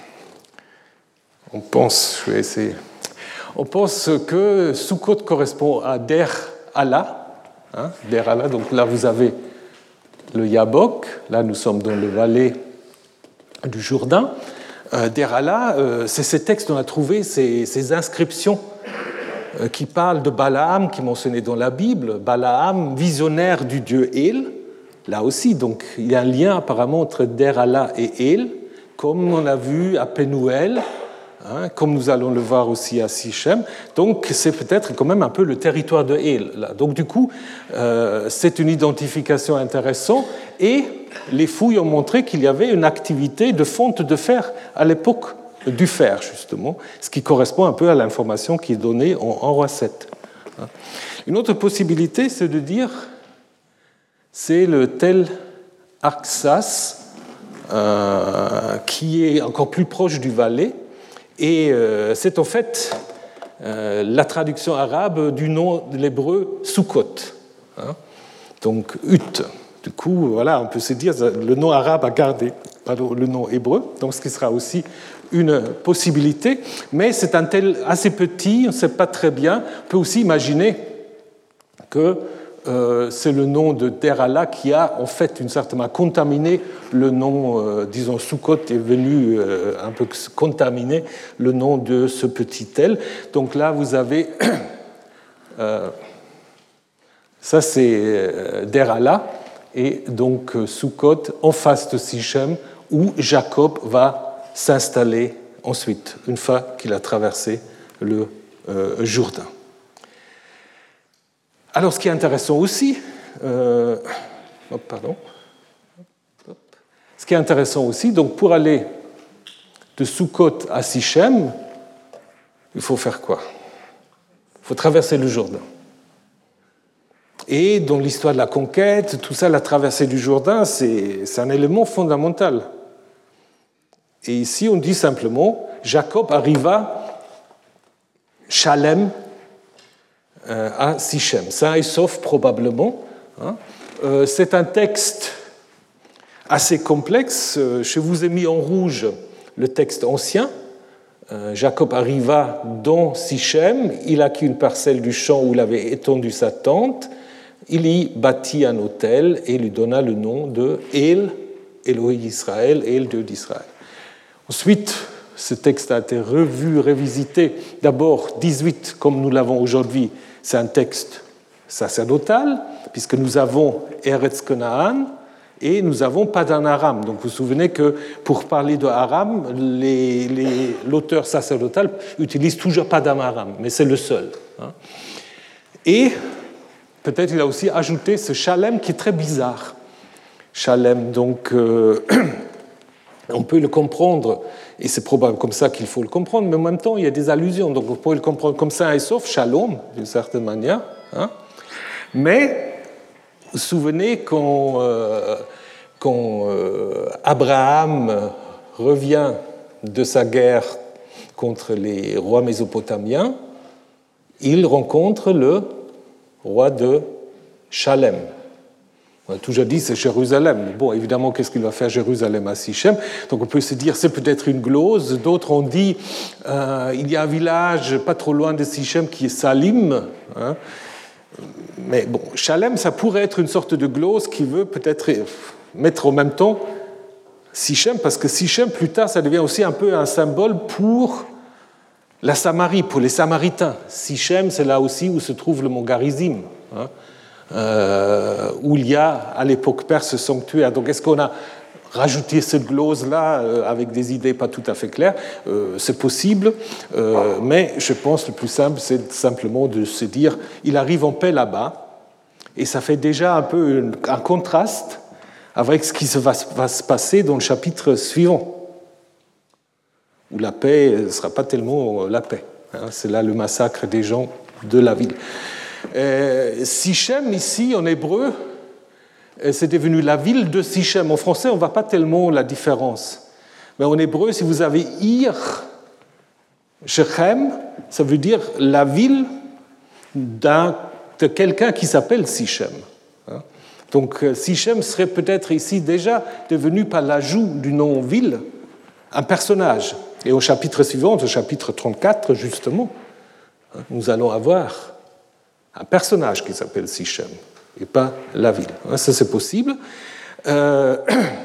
on pense, je vais essayer, on pense que Sukkot correspond à Der Allah, hein, Der Allah, donc là vous avez le Yabok, là nous sommes dans le vallée du Jourdain. Euh, Der Allah, euh, c'est ces textes qu'on a trouvé, ces, ces inscriptions qui parle de Balaam, qui est mentionné dans la Bible, Balaam, visionnaire du dieu El, là aussi, donc il y a un lien apparemment entre Der Allah et El, comme on l'a vu à Penuel, hein, comme nous allons le voir aussi à Sichem, donc c'est peut-être quand même un peu le territoire de El. Là. Donc du coup, euh, c'est une identification intéressante, et les fouilles ont montré qu'il y avait une activité de fonte de fer à l'époque du fer, justement, ce qui correspond un peu à l'information qui est donnée en Roi sept. Une autre possibilité, c'est de dire c'est le Tel Arksas, euh, qui est encore plus proche du Valais, et euh, c'est en fait euh, la traduction arabe du nom de l'hébreu Sukkot, hein, donc Ut. Du coup, voilà, on peut se dire le nom arabe a gardé pardon, le nom hébreu, donc ce qui sera aussi une possibilité, mais c'est un tel assez petit, on ne sait pas très bien. On peut aussi imaginer que euh, c'est le nom de Der Allah qui a en fait une certaine manière contaminé le nom, euh, disons Sukkot est venu euh, un peu contaminer le nom de ce petit tel. Donc là vous avez euh, ça c'est euh, Der Allah et donc euh, Sukkot en face de Sichem où Jacob va s'installer ensuite, une fois qu'il a traversé le euh, Jourdain. Alors, ce qui est intéressant aussi, euh, oh, pardon, ce qui est intéressant aussi, donc pour aller de Sukkot à Sichem, il faut faire quoi? Il faut traverser le Jourdain. Et dans l'histoire de la conquête, tout ça, la traversée du Jourdain, c'est, c'est un élément fondamental. Et ici, on dit simplement, Jacob arriva Shalem euh, à Sichem, sain et sauf probablement. Hein. Euh, c'est un texte assez complexe. Je vous ai mis en rouge le texte ancien. Euh, Jacob arriva dans Sichem, il acquit une parcelle du champ où il avait étendu sa tente, il y bâtit un autel et lui donna le nom de El, Elohim d'Israël, El, Dieu d'Israël. Ensuite, ce texte a été revu, révisité. D'abord, dix-huit, comme nous l'avons aujourd'hui, c'est un texte sacerdotal, puisque nous avons Eretz Canaan et nous avons Padan Aram. Donc vous vous souvenez que pour parler de Aram, les, les, l'auteur sacerdotal utilise toujours Padan Aram, mais c'est le seul. Hein. Et peut-être il a aussi ajouté ce Shalem qui est très bizarre. Shalem, donc... Euh, on peut le comprendre, et c'est probablement comme ça qu'il faut le comprendre, mais en même temps, il y a des allusions. Donc, on peut le comprendre comme ça, et sauf Shalom, d'une certaine manière. Hein. Mais, vous vous souvenez, quand, euh, quand euh, Abraham revient de sa guerre contre les rois mésopotamiens, il rencontre le roi de Shalem. On a toujours dit c'est Jérusalem. Bon, évidemment, qu'est-ce qu'il va faire Jérusalem à Sichem? Donc on peut se dire c'est peut-être une glose. D'autres ont dit euh, il y a un village pas trop loin de Sichem qui est Salim. Hein. Mais bon, Shalem, ça pourrait être une sorte de glose qui veut peut-être mettre en même temps Sichem, parce que Sichem, plus tard, ça devient aussi un peu un symbole pour la Samarie, pour les Samaritains. Sichem, c'est là aussi où se trouve le mont Garizim. Hein. Euh, où il y a à l'époque perse ce sanctuaire. Donc est-ce qu'on a rajouté cette glose-là euh, avec des idées pas tout à fait claires? euh, C'est possible, euh, mais je pense le plus simple, c'est simplement de se dire il arrive en paix là-bas, et ça fait déjà un peu une, un contraste avec ce qui se va, va se passer dans le chapitre suivant, où la paix ne sera pas tellement la paix. Hein, c'est là le massacre des gens de la ville. Euh, Sichem, ici, en hébreu, c'est devenu la ville de Sichem. En français, on ne voit pas tellement la différence. Mais en hébreu, si vous avez Ir, Shechem, ça veut dire la ville d'un, de quelqu'un qui s'appelle Sichem. Donc Sichem serait peut-être ici déjà devenu par l'ajout du nom ville un personnage. Et au chapitre suivant, au chapitre trente-quatre, justement, nous allons avoir un personnage qui s'appelle Sichem et pas la ville. Ça, c'est possible. Euh,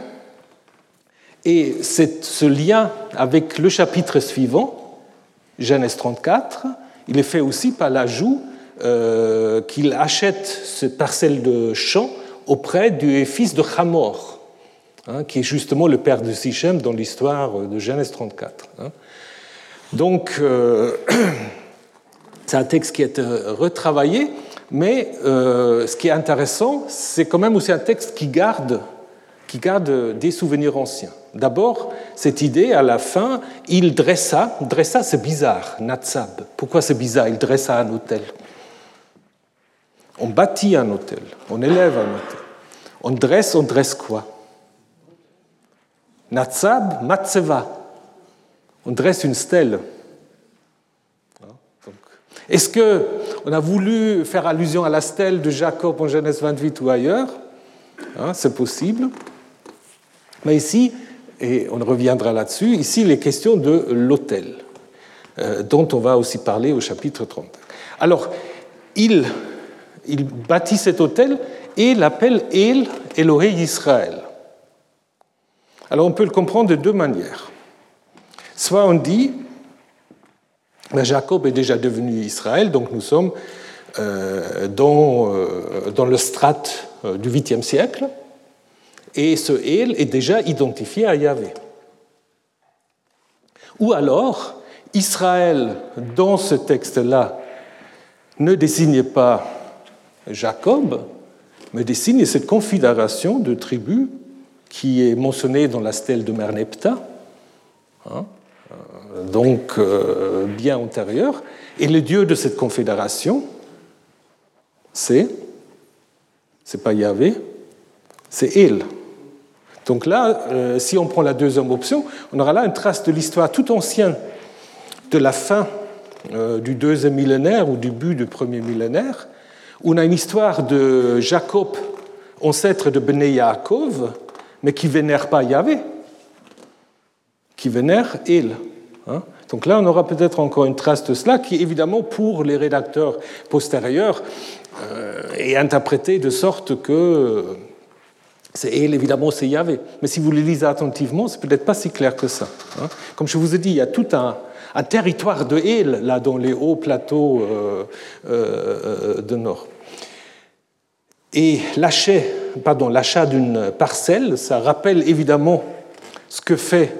et c'est ce lien avec le chapitre suivant, Genèse trente-quatre, il est fait aussi par l'ajout euh, qu'il achète cette parcelle de champ auprès du fils de Hamor, hein, qui est justement le père de Sichem dans l'histoire de Genèse trente-quatre. Hein. Donc, euh, c'est un texte qui est retravaillé, mais euh, ce qui est intéressant, c'est quand même aussi un texte qui garde, qui garde des souvenirs anciens. D'abord, cette idée, à la fin, il dressa, dressa c'est bizarre, Natsab. Pourquoi c'est bizarre? Il dressa un autel. On bâtit un autel, on élève un autel. On dresse, on dresse quoi? Natsab, matseva. On dresse une stèle. Donc, est-ce qu'on a voulu faire allusion à la stèle de Jacob en Genèse vingt-huit ou ailleurs? Hein, c'est possible. Mais ici, et on reviendra là-dessus, ici il est question de l'autel, euh, dont on va aussi parler au chapitre trente. Alors, il, il bâtit cet autel et l'appelle El, Elohé Israël. Alors on peut le comprendre de deux manières. Soit on dit, ben Jacob est déjà devenu Israël, donc nous sommes euh, dans, euh, dans le strate euh, du huitième siècle, et ce El est déjà identifié à Yahvé. Ou alors, Israël, dans ce texte-là, ne désigne pas Jacob, mais désigne cette confédération de tribus qui est mentionnée dans la stèle de Merneptah, hein, donc euh, bien antérieure. Et le dieu de cette confédération, c'est, c'est pas Yahvé, c'est El. Donc là, euh, si on prend la deuxième option, on aura là une trace de l'histoire tout ancienne de la fin euh, du deuxième millénaire ou du début du premier millénaire, où on a une histoire de Jacob, ancêtre de Bnei Yaakov, mais qui ne vénère pas Yahvé, qui vénère El. Hein? Donc là, on aura peut-être encore une trace de cela qui, évidemment, pour les rédacteurs postérieurs, euh, est interprétée de sorte que c'est El, évidemment, c'est Yahvé. Mais si vous le lisez attentivement, c'est peut-être pas si clair que ça. Hein? Comme je vous ai dit, il y a tout un, un territoire de El, là, dans les hauts plateaux euh, euh, de nord. Et l'achat, pardon, l'achat d'une parcelle, ça rappelle évidemment ce que fait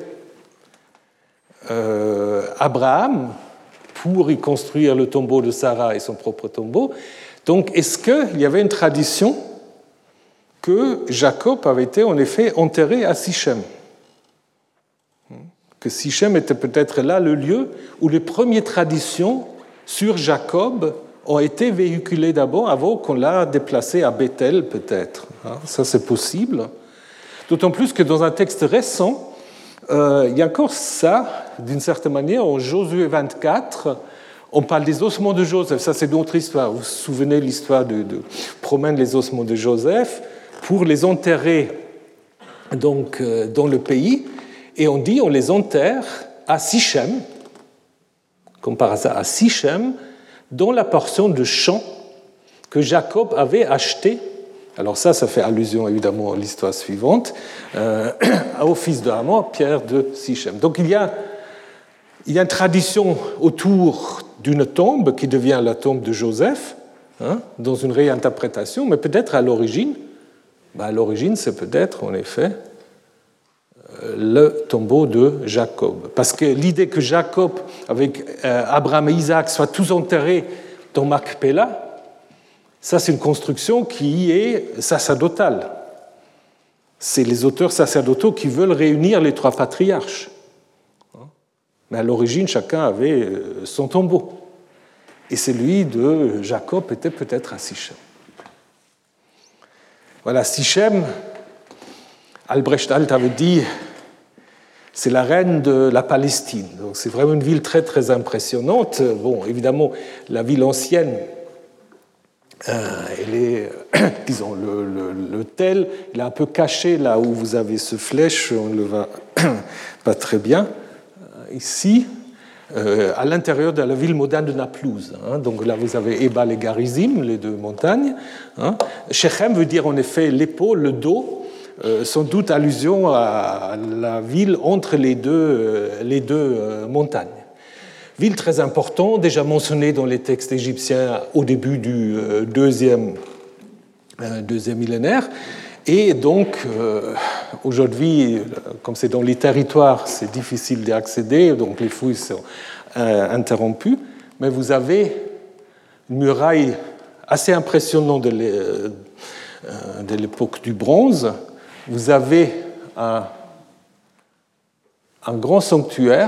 euh, Abraham pour y construire le tombeau de Sarah et son propre tombeau. Donc, est-ce qu'il y avait une tradition que Jacob avait été en effet enterré à Sichem? Que Sichem était peut-être là le lieu où les premières traditions sur Jacob ont été véhiculées d'abord avant qu'on l'a déplacé à Bethel, peut-être. Ça, c'est possible. D'autant plus que dans un texte récent, euh, il y a encore ça, d'une certaine manière, en Josué vingt-quatre, on parle des ossements de Joseph. Ça, c'est une autre histoire. Vous vous souvenez de l'histoire de, de promène les ossements de Joseph pour les enterrer donc, euh, dans le pays. Et on dit on les enterre à Sichem, comme par hasard à Sichem, dans la portion de champ que Jacob avait acheté. Alors ça, ça fait allusion évidemment à l'histoire suivante, euh, au fils de Hamor, Pierre de Sichem. Donc il y a, il y a une tradition autour d'une tombe qui devient la tombe de Joseph, hein, dans une réinterprétation, mais peut-être à l'origine, ben à l'origine c'est peut-être en effet le tombeau de Jacob. Parce que l'idée que Jacob, avec Abraham et Isaac, soient tous enterrés dans Macpéla, ça c'est une construction qui est sacerdotale. C'est les auteurs sacerdotaux qui veulent réunir les trois patriarches. Mais à l'origine, chacun avait son tombeau. Et celui de Jacob était peut-être à Sichem. Voilà, Sichem, Albrecht Alt avait dit, c'est la reine de la Palestine. Donc c'est vraiment une ville très très impressionnante. Bon, évidemment, la ville ancienne, euh, elle est, disons, le, le, le tel, il est un peu caché là où vous avez ce flèche, on ne le voit pas très bien. Ici, euh, à l'intérieur de la ville moderne de Naplouse. Hein. Donc là, vous avez Ebal et Garizim, les deux montagnes. Hein. Shechem veut dire en effet l'épaule, le dos, euh, sans doute allusion à la ville entre les deux, euh, les deux euh, montagnes. Ville très importante, déjà mentionnée dans les textes égyptiens au début du euh, deuxième, euh, deuxième millénaire. Et donc, euh, aujourd'hui, comme c'est dans les territoires, c'est difficile d'y accéder, donc les fouilles sont euh, interrompues, mais vous avez une muraille assez impressionnante de l'époque du bronze. Vous avez un, un grand sanctuaire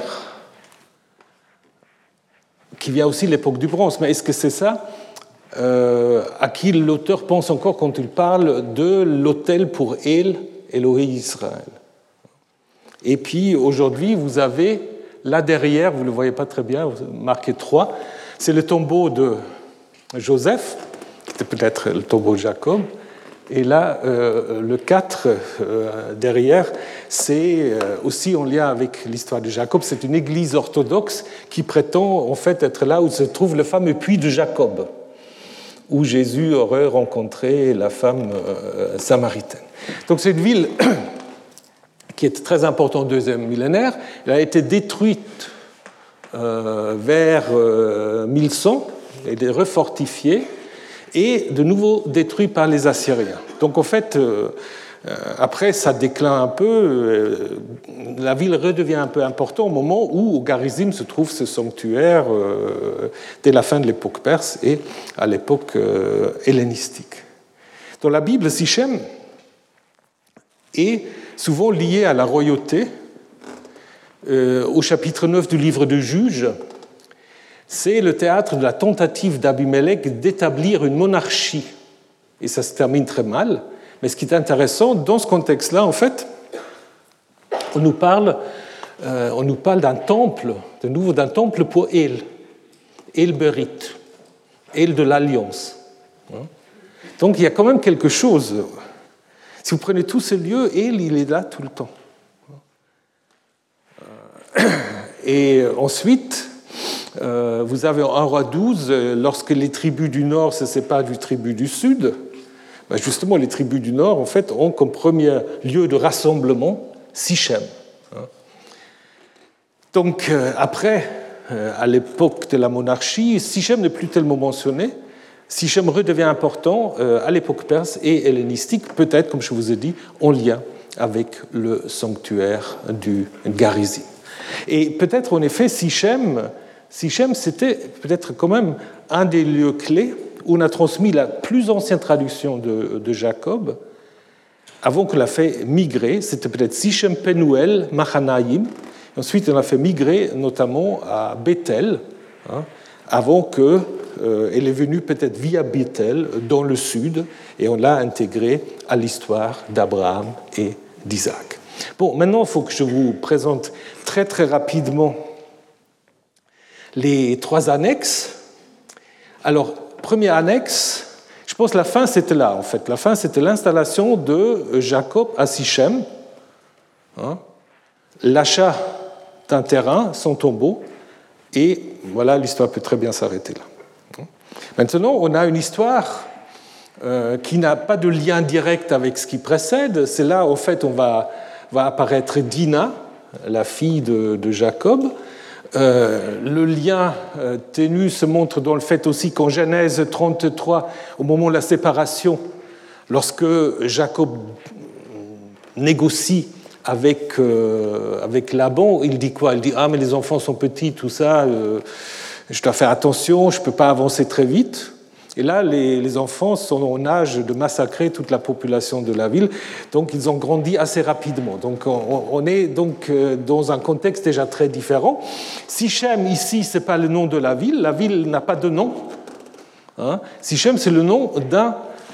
qui vient aussi de l'époque du bronze. Mais est-ce que c'est ça ? Euh, à qui l'auteur pense encore quand il parle de l'autel pour El, Elohé Israël. Et puis aujourd'hui, vous avez là derrière, vous ne le voyez pas très bien, marqué trois, c'est le tombeau de Joseph, qui était peut-être le tombeau de Jacob. Et là, euh, le quatre euh, derrière, c'est euh, aussi en lien avec l'histoire de Jacob. C'est une église orthodoxe qui prétend en fait être là où se trouve le fameux puits de Jacob, où Jésus aurait rencontré la femme euh, samaritaine. Donc c'est une ville qui est très importante au deuxième millénaire. Elle a été détruite euh, vers euh, mille cent, elle est refortifiée et de nouveau détruite par les Assyriens. Donc en fait, euh, après ça décline un peu, euh, la ville redevient un peu importante au moment où au Garizim se trouve ce sanctuaire euh, dès la fin de l'époque perse et à l'époque euh, hellénistique. Dans la Bible, Sichem est souvent lié à la royauté. Euh, au chapitre neuf du livre de Juges, c'est le théâtre de la tentative d'Abimelech d'établir une monarchie. Et ça se termine très mal. Mais ce qui est intéressant, dans ce contexte-là, en fait, on nous parle, euh, on nous parle d'un temple, de nouveau d'un temple pour El, El Berit, El de l'Alliance. Donc il y a quand même quelque chose. Si vous prenez tous ces lieux, El, il est là tout le temps. Et ensuite, euh, vous avez en un roi douze, lorsque les tribus du nord se séparent des tribus du sud, ben justement, les tribus du Nord, en fait, ont comme premier lieu de rassemblement Sichem. Donc, euh, après, euh, à l'époque de la monarchie, Sichem n'est plus tellement mentionné. Sichem redevient important euh, à l'époque perse et hellénistique, peut-être, comme je vous ai dit, en lien avec le sanctuaire du Garizim. Et peut-être, en effet, Sichem, Sichem c'était peut-être quand même un des lieux clés où on a transmis la plus ancienne traduction de, de Jacob, avant qu'on l'a fait migrer, c'était peut-être Sichem Penuel, Machanaïm, ensuite on l'a fait migrer notamment à Bethel, hein, avant qu'elle euh, est venue peut-être via Bethel dans le sud, et on l'a intégré à l'histoire d'Abraham et d'Isaac. Bon, maintenant il faut que je vous présente très très rapidement les trois annexes. Alors, première annexe, je pense que la fin c'était là en fait. La fin c'était l'installation de Jacob à Sichem, hein, l'achat d'un terrain, son tombeau, et voilà, l'histoire peut très bien s'arrêter là. Maintenant, on a une histoire euh, qui n'a pas de lien direct avec ce qui précède. C'est là, en fait, on va, va apparaître Dina, la fille de, de Jacob. Euh, le lien euh, ténu se montre dans le fait aussi qu'en Genèse trente-trois, au moment de la séparation, lorsque Jacob négocie avec, euh, avec Laban, il dit quoi ? Il dit « Ah, mais les enfants sont petits, tout ça, euh, je dois faire attention, je ne peux pas avancer très vite. » Et là, les, les enfants sont en âge de massacrer toute la population de la ville, donc ils ont grandi assez rapidement. Donc on, on est donc dans un contexte déjà très différent. Sichem, ici, ce n'est pas le nom de la ville, la ville n'a pas de nom. Hein. Sichem, c'est le nom d'un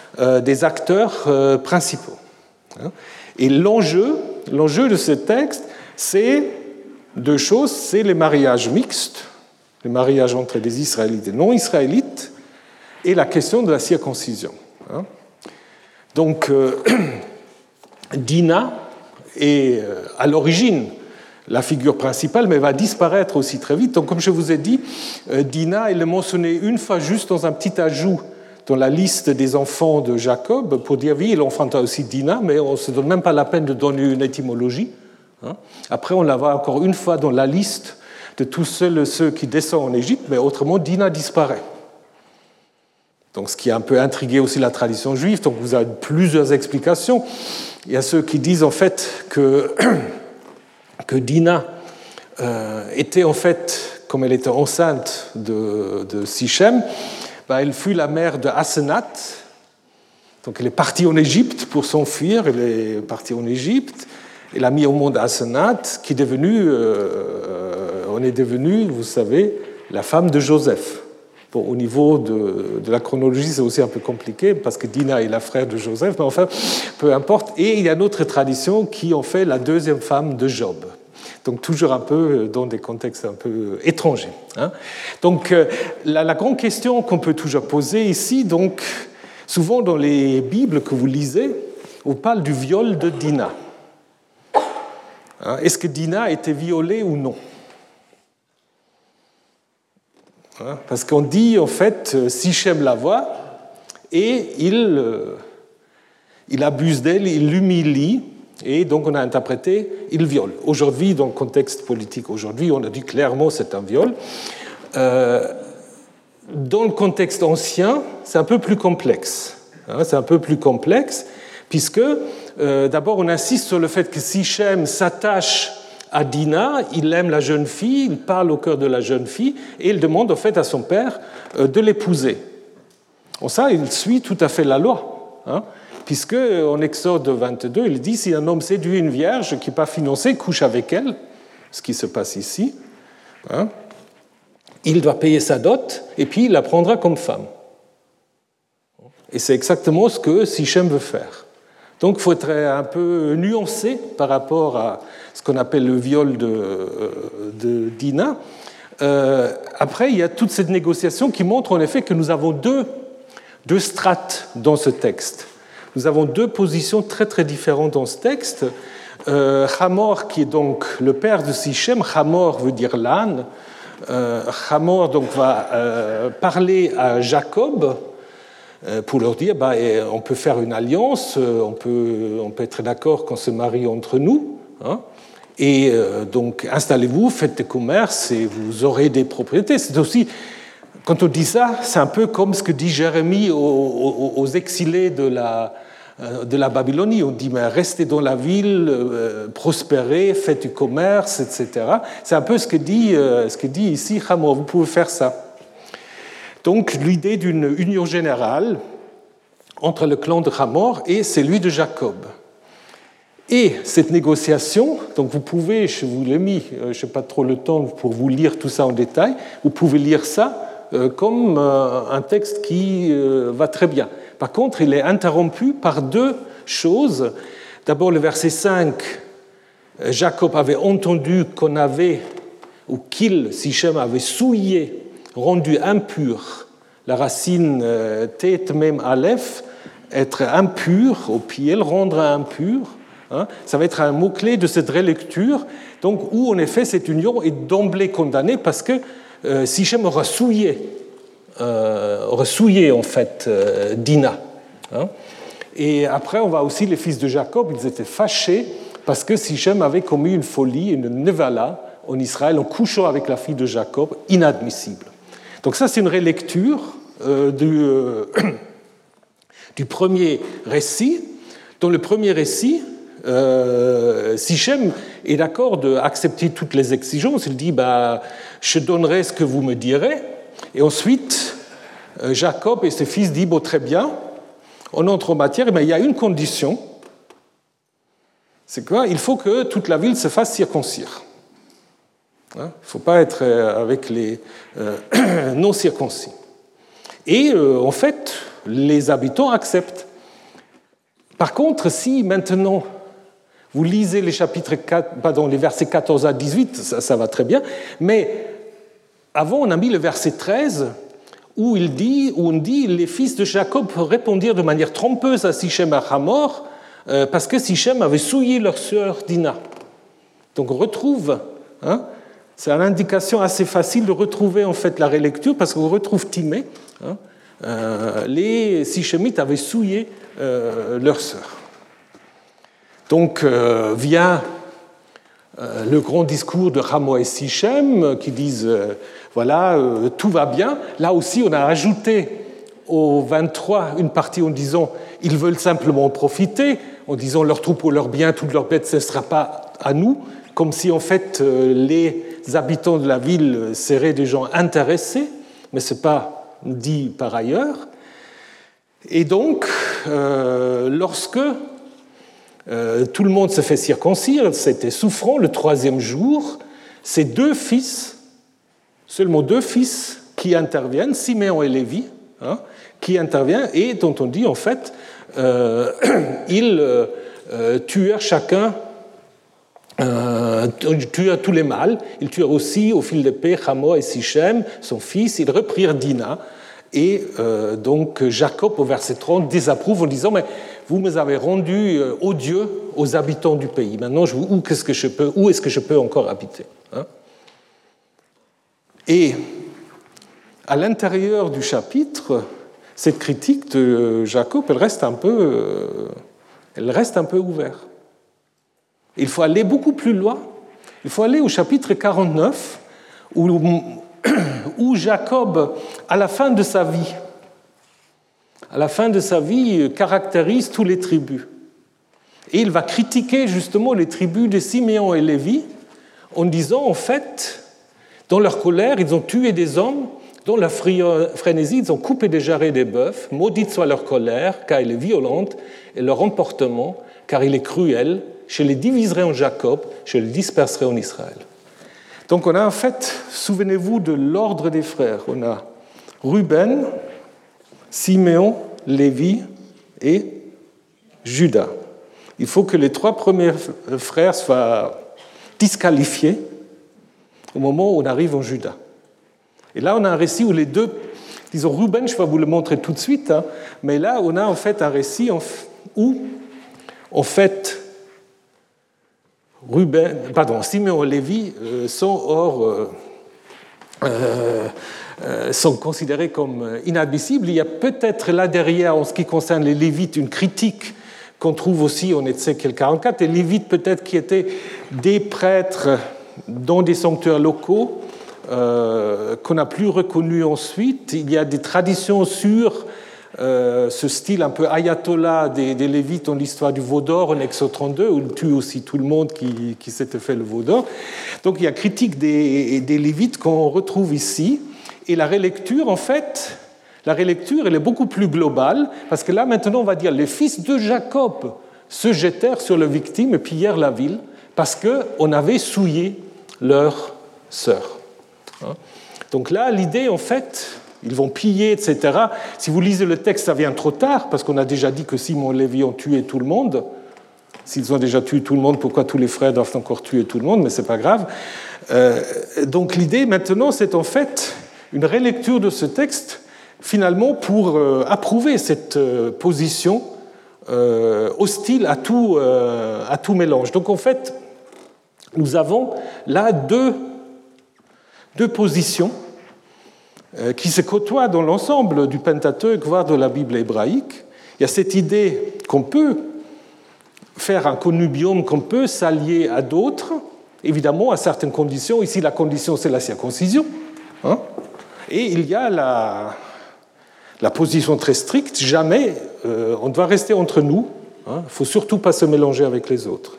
euh, des acteurs euh, principaux. Et l'enjeu, l'enjeu de ce texte, c'est deux choses, c'est les mariages mixtes, les mariages entre des Israélites et non-Israélites, et la question de la circoncision. Donc, euh, Dina est à l'origine la figure principale, mais va disparaître aussi très vite. Donc, comme je vous ai dit, Dina, elle est mentionnée une fois juste dans un petit ajout dans la liste des enfants de Jacob, pour dire, oui, il enfanta aussi Dina, mais on ne se donne même pas la peine de donner une étymologie. Après, on la voit encore une fois dans la liste de tous ceux, ceux qui descendent en Égypte, mais autrement, Dina disparaît. Donc, ce qui a un peu intrigué aussi la tradition juive. Donc, vous avez plusieurs explications. Il y a ceux qui disent en fait que, que Dina euh, était en fait, comme elle était enceinte de, de Sichem, ben, elle fut la mère de Asenath. Donc, elle est partie en Égypte pour s'enfuir. Elle est partie en Égypte. Elle a mis au monde Asenath, qui est devenue, euh, on est devenu, vous savez, la femme de Joseph. Bon, au niveau de, de la chronologie, c'est aussi un peu compliqué, parce que Dina est la frère de Joseph, mais enfin, peu importe. Et il y a une autre tradition qui en fait la deuxième femme de Job. Donc toujours un peu dans des contextes un peu étrangers. Hein. Donc la, la grande question qu'on peut toujours poser ici, donc souvent dans les Bibles que vous lisez, on parle du viol de Dina. Hein, est-ce que Dina a été violée ou non ? Parce qu'on dit, en fait, Sichem la voit et il, il abuse d'elle, il l'humilie, et donc on a interprété, il viole. Aujourd'hui, dans le contexte politique aujourd'hui, on a dit clairement c'est un viol. Euh, dans le contexte ancien, c'est un peu plus complexe. Hein, c'est un peu plus complexe, puisque euh, d'abord on insiste sur le fait que Sichem s'attache à Dina, il aime la jeune fille, il parle au cœur de la jeune fille, et il demande en fait à son père de l'épouser. En ça, il suit tout à fait la loi, hein, puisque en Exode vingt-deux, il dit si un homme séduit une vierge qui n'est pas fiancée, couche avec elle, ce qui se passe ici, hein, il doit payer sa dot, et puis il la prendra comme femme. Et c'est exactement ce que Sichem veut faire. Donc il faut être un peu nuancé par rapport à ce qu'on appelle le viol de, de Dina. Euh, après, il y a toute cette négociation qui montre en effet que nous avons deux, deux strates dans ce texte. Nous avons deux positions très très différentes dans ce texte. Euh, Hamor, qui est donc le père de Sichem, Hamor veut dire l'âne. Euh, Hamor donc, va euh, parler à Jacob pour leur dire bah, on peut faire une alliance, on peut, on peut être d'accord qu'on se marie entre nous, hein, et euh, donc installez-vous, faites des commerces et vous aurez des propriétés. C'est aussi, quand on dit ça, c'est un peu comme ce que dit Jérémie aux, aux, aux exilés de la, de la Babylonie. On dit mais restez dans la ville, euh, prospérez, faites du commerce, et cetera. C'est un peu ce que dit, euh, ce que dit ici Hamor, vous pouvez faire ça. Donc l'idée d'une union générale entre le clan de Hamor et celui de Jacob. Et cette négociation, donc vous pouvez, je vous l'ai mis, je n'ai pas trop le temps pour vous lire tout ça en détail, vous pouvez lire ça comme un texte qui va très bien. Par contre, il est interrompu par deux choses. D'abord, le verset cinq, Jacob avait entendu qu'on avait, ou qu'il, Sichem, avait souillé, rendu impur, la racine euh, tet même aleph, être impur au pied, rendre impur, hein, ça va être un mot-clé de cette relecture, donc où en effet cette union est d'emblée condamnée parce que euh, Sichem aura souillé, euh, aura souillé en fait euh, Dina. Hein. Et après on voit aussi les fils de Jacob, ils étaient fâchés parce que Sichem avait commis une folie, une nevala en Israël en couchant avec la fille de Jacob, inadmissible. Donc ça, c'est une relecture euh, du, euh, du premier récit. Dans le premier récit, euh, Sichem est d'accord d'accepter toutes les exigences. Il dit bah, « je donnerai ce que vous me direz ». Et ensuite, euh, Jacob et ses fils disent bon, « très bien, on entre en matière, mais il y a une condition. C'est quoi ? Il faut que toute la ville se fasse circoncire. » Il ne faut pas être avec les euh, non-circoncis. Et euh, en fait, les habitants acceptent. Par contre, si maintenant vous lisez les, chapitres quatre, pardon, les versets quatorze à dix-huit, ça, ça va très bien, mais avant on a mis le verset treize où, il dit, où on dit « Les fils de Jacob répondirent de manière trompeuse à Sichem et à Hamor euh, parce que Sichem avait souillé leur sœur Dina. » Donc on retrouve, hein, c'est une indication assez facile de retrouver en fait la relecture parce qu'on retrouve Timée, hein, euh, les Sichemites avaient souillé euh, leur sœur. Donc euh, vient euh, le grand discours de Hamor et Sichem qui disent euh, voilà, euh, tout va bien. Là aussi, on a ajouté au vingt-trois une partie en disant ils veulent simplement en profiter, en disant leurs troupeaux, leurs biens, toutes leurs bêtes, ce ne sera pas à nous, comme si en fait euh, les habitants de la ville seraient des gens intéressés, mais ce n'est pas dit par ailleurs. Et donc, euh, lorsque euh, tout le monde se fait circoncire, c'était souffrant, le troisième jour, ces deux fils, seulement deux fils qui interviennent, Siméon et Lévi, hein, qui interviennent et dont on dit en fait, euh, ils euh, tuèrent chacun, euh, tuèrent tous les mâles, ils tuèrent aussi au fil d'épée Hamor et Sichem, son fils, ils reprirent Dina. Et euh, donc Jacob, au verset trente, désapprouve en disant « Mais vous me avez rendu euh, odieux aux habitants du pays. Maintenant, je, où, qu'est-ce que je peux, où est-ce que je peux encore habiter hein ?» Et à l'intérieur du chapitre, cette critique de Jacob, elle reste un peu, euh, elle reste un peu ouverte. Il faut aller beaucoup plus loin. Il faut aller au chapitre quarante-neuf, où où Jacob, à la fin de sa vie, à la fin de sa vie, caractérise toutes les tribus. Et il va critiquer justement les tribus de Siméon et Lévi en disant, en fait, dans leur colère, ils ont tué des hommes, dans leur frénésie, ils ont coupé des jarrets et des bœufs, maudite soit leur colère, car elle est violente, et leur emportement, car il est cruel, je les diviserai en Jacob, je les disperserai en Israël. Donc on a en fait, souvenez-vous de l'ordre des frères, on a Ruben, Siméon, Lévi et Juda. Il faut que les trois premiers frères soient disqualifiés au moment où on arrive en Juda. Et là on a un récit où les deux, disons Ruben, je vais vous le montrer tout de suite, hein, mais là on a en fait un récit où en fait Ruben, pardon, Siméon et Lévi euh, sont, hors, euh, euh, sont considérés comme inadmissibles. Il y a peut-être là derrière, en ce qui concerne les Lévites, une critique qu'on trouve aussi en Ézéchiel quarante-quatre. Les Lévites peut-être qui étaient des prêtres dans des sanctuaires locaux euh, qu'on n'a plus reconnus ensuite. Il y a des traditions sur Euh, ce style un peu ayatollah des, des Lévites dans l'histoire du veau d'or en Exode trente-deux, où il tue aussi tout le monde qui, qui s'était fait le veau d'or. Donc il y a critique des, des Lévites qu'on retrouve ici. Et la relecture, en fait, la relecture, elle est beaucoup plus globale, parce que là, maintenant, on va dire les fils de Jacob se jetèrent sur leurs victimes et pillèrent la ville, parce qu'on avait souillé leur sœur. Donc là, l'idée, en fait, ils vont piller, et cetera. Si vous lisez le texte, ça vient trop tard, parce qu'on a déjà dit que Simon et Lévi ont tué tout le monde. S'ils ont déjà tué tout le monde, pourquoi tous les frères doivent encore tuer tout le monde? Mais ce n'est pas grave. Euh, donc l'idée, maintenant, c'est en fait une relecture de ce texte, finalement, pour euh, approuver cette euh, position euh, hostile à tout, euh, à tout mélange. Donc, en fait, nous avons là deux, deux positions qui se côtoient dans l'ensemble du Pentateuque, voire de la Bible hébraïque. Il y a cette idée qu'on peut faire un connubium, qu'on peut s'allier à d'autres, évidemment à certaines conditions. Ici, la condition, c'est la circoncision. Hein, et il y a la, la position très stricte, jamais, euh, on doit rester entre nous, hein, il ne faut surtout pas se mélanger avec les autres.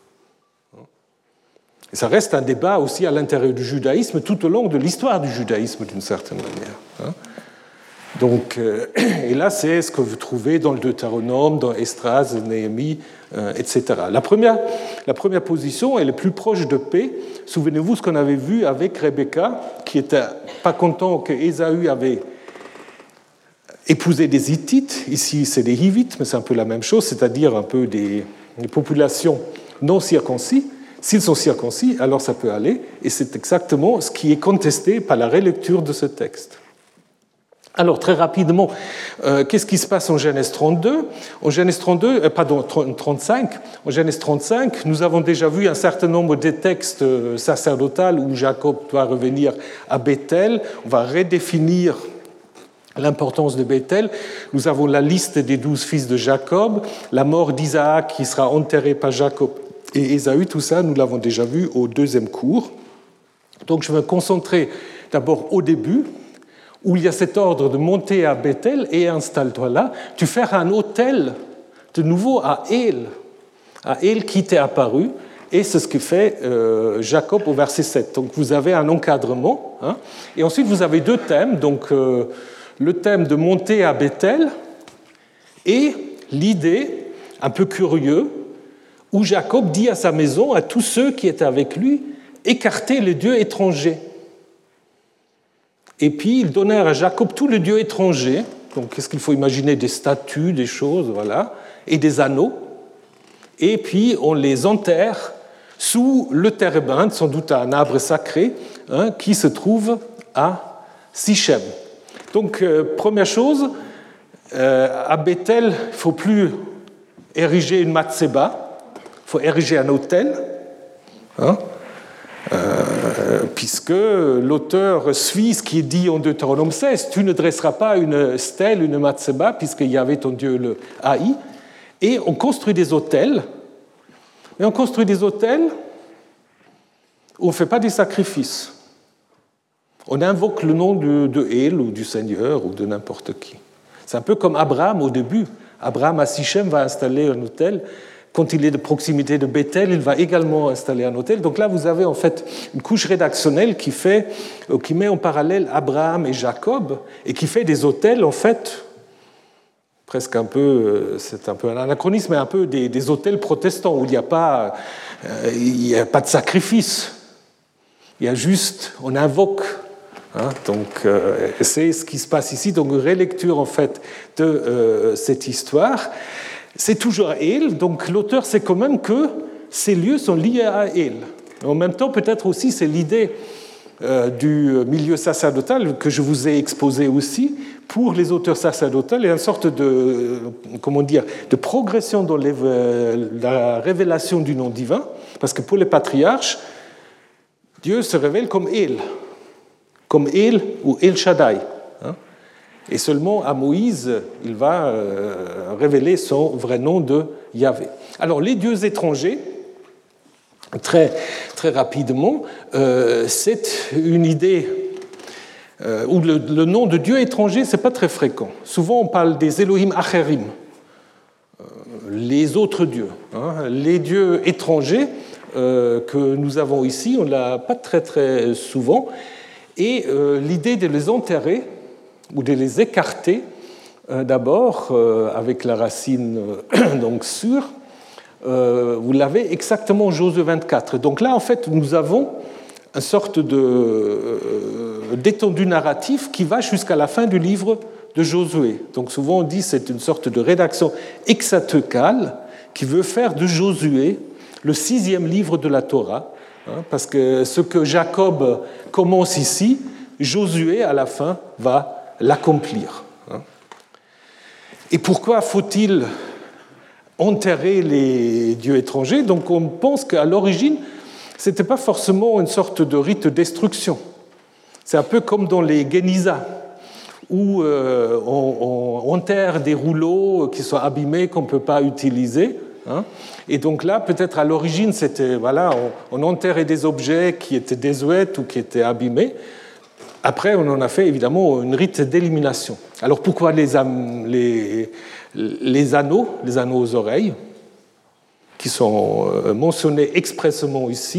Et ça reste un débat aussi à l'intérieur du judaïsme, tout au long de l'histoire du judaïsme, d'une certaine manière. Donc, euh, et là, c'est ce que vous trouvez dans le Deutéronome, dans Esdras, Néhémie, euh, et cetera. La première, la première position, elle est plus proche de paix. Souvenez-vous ce qu'on avait vu avec Rebecca, qui n'était pas content que Ésaü avait épouser des Hittites. Ici, c'est des Hivites, mais c'est un peu la même chose, c'est-à-dire un peu des, des populations non circoncis. S'ils sont circoncis, alors ça peut aller, et c'est exactement ce qui est contesté par la relecture de ce texte. Alors, très rapidement, euh, qu'est-ce qui se passe en Genèse trente-deux ? En Genèse trente-deux, euh, pardon, trente-cinq, en Genèse trente-cinq, nous avons déjà vu un certain nombre de textes euh, sacerdotaux où Jacob doit revenir à Bethel. On va redéfinir l'importance de Bethel. Nous avons la liste des douze fils de Jacob, la mort d'Isaac qui sera enterré par Jacob et Ésaü, tout ça, nous l'avons déjà vu au deuxième cours. Donc, je vais me concentrer d'abord au début, où il y a cet ordre de monter à Bethel et installe-toi là. Tu feras un autel de nouveau à El, à El qui t'est apparu, et c'est ce que fait euh, Jacob au verset sept. Donc vous avez un encadrement, hein, et ensuite vous avez deux thèmes, donc euh, le thème de monter à Bethel et l'idée, un peu curieux, où Jacob dit à sa maison, à tous ceux qui étaient avec lui, écartez les dieux étrangers. Et puis, ils donnèrent à Jacob tous les dieux étrangers. Donc, qu'est-ce qu'il faut imaginer ? Des statues, des choses, voilà, et des anneaux. Et puis, on les enterre sous le térébinthe, sans doute un arbre sacré, hein, qui se trouve à Sichem. Donc, euh, première chose, euh, à Bethel, il ne faut plus ériger une matseba, il faut ériger un autel, hein, Euh, puisque l'auteur suit ce qui est dit en Deutéronome seize, tu ne dresseras pas une stèle, une matseba, puisqu'il y avait ton Dieu le haï, et on construit des autels, mais on construit des autels où on ne fait pas des sacrifices. On invoque le nom de, de El ou du Seigneur ou de n'importe qui. C'est un peu comme Abraham au début. Abraham à Sichem va installer un autel. Quand il est de proximité de Bethel, il va également installer un autel. Donc là, vous avez en fait une couche rédactionnelle qui, fait, qui met en parallèle Abraham et Jacob et qui fait des autels, en fait, presque un peu, c'est un peu un anachronisme, mais un peu des, des autels protestants où il n'y a pas, il n'y a pas de sacrifice. Il y a juste, on invoque. Hein, donc, euh, c'est ce qui se passe ici. Donc, une relecture, en fait, de euh, cette histoire. C'est toujours El, donc l'auteur sait quand même que ces lieux sont liés à El. En même temps, peut-être aussi, c'est l'idée euh, du milieu sacerdotal que je vous ai exposé aussi. Pour les auteurs sacerdotaux, il y a une sorte de, comment dire, de progression dans les, la révélation du nom divin, parce que pour les patriarches, Dieu se révèle comme El, comme El ou El Shaddai. Hein. Et seulement à Moïse, il va euh, révéler son vrai nom de Yahvé. Alors, les dieux étrangers, très, très rapidement, euh, c'est une idée euh, où le, le nom de dieu étranger, ce n'est pas très fréquent. Souvent, on parle des Elohim Acherim, euh, les autres dieux. Hein, les dieux étrangers euh, que nous avons ici, on ne l'a pas très, très souvent. Et euh, l'idée de les enterrer, ou de les écarter euh, d'abord euh, avec la racine euh, donc sur, euh, vous l'avez exactement en Josué vingt-quatre. Donc là, en fait, nous avons une sorte de, euh, d'étendue narratif qui va jusqu'à la fin du livre de Josué. Donc souvent on dit que c'est une sorte de rédaction hexateucale qui veut faire de Josué le sixième livre de la Torah, hein, parce que ce que Jacob commence ici, Josué à la fin va l'accomplir. Et pourquoi faut-il enterrer les dieux étrangers ? Donc on pense qu'à l'origine, ce n'était pas forcément une sorte de rite de destruction. C'est un peu comme dans les Génizas, où euh, on, on enterre des rouleaux qui sont abîmés, qu'on ne peut pas utiliser. Hein. Et donc là, peut-être à l'origine, c'était, voilà, on, on enterrait des objets qui étaient désuets ou qui étaient abîmés. Après, on en a fait évidemment une rite d'élimination. Alors pourquoi les, les, les anneaux, les anneaux aux oreilles, qui sont mentionnés expressément ici ?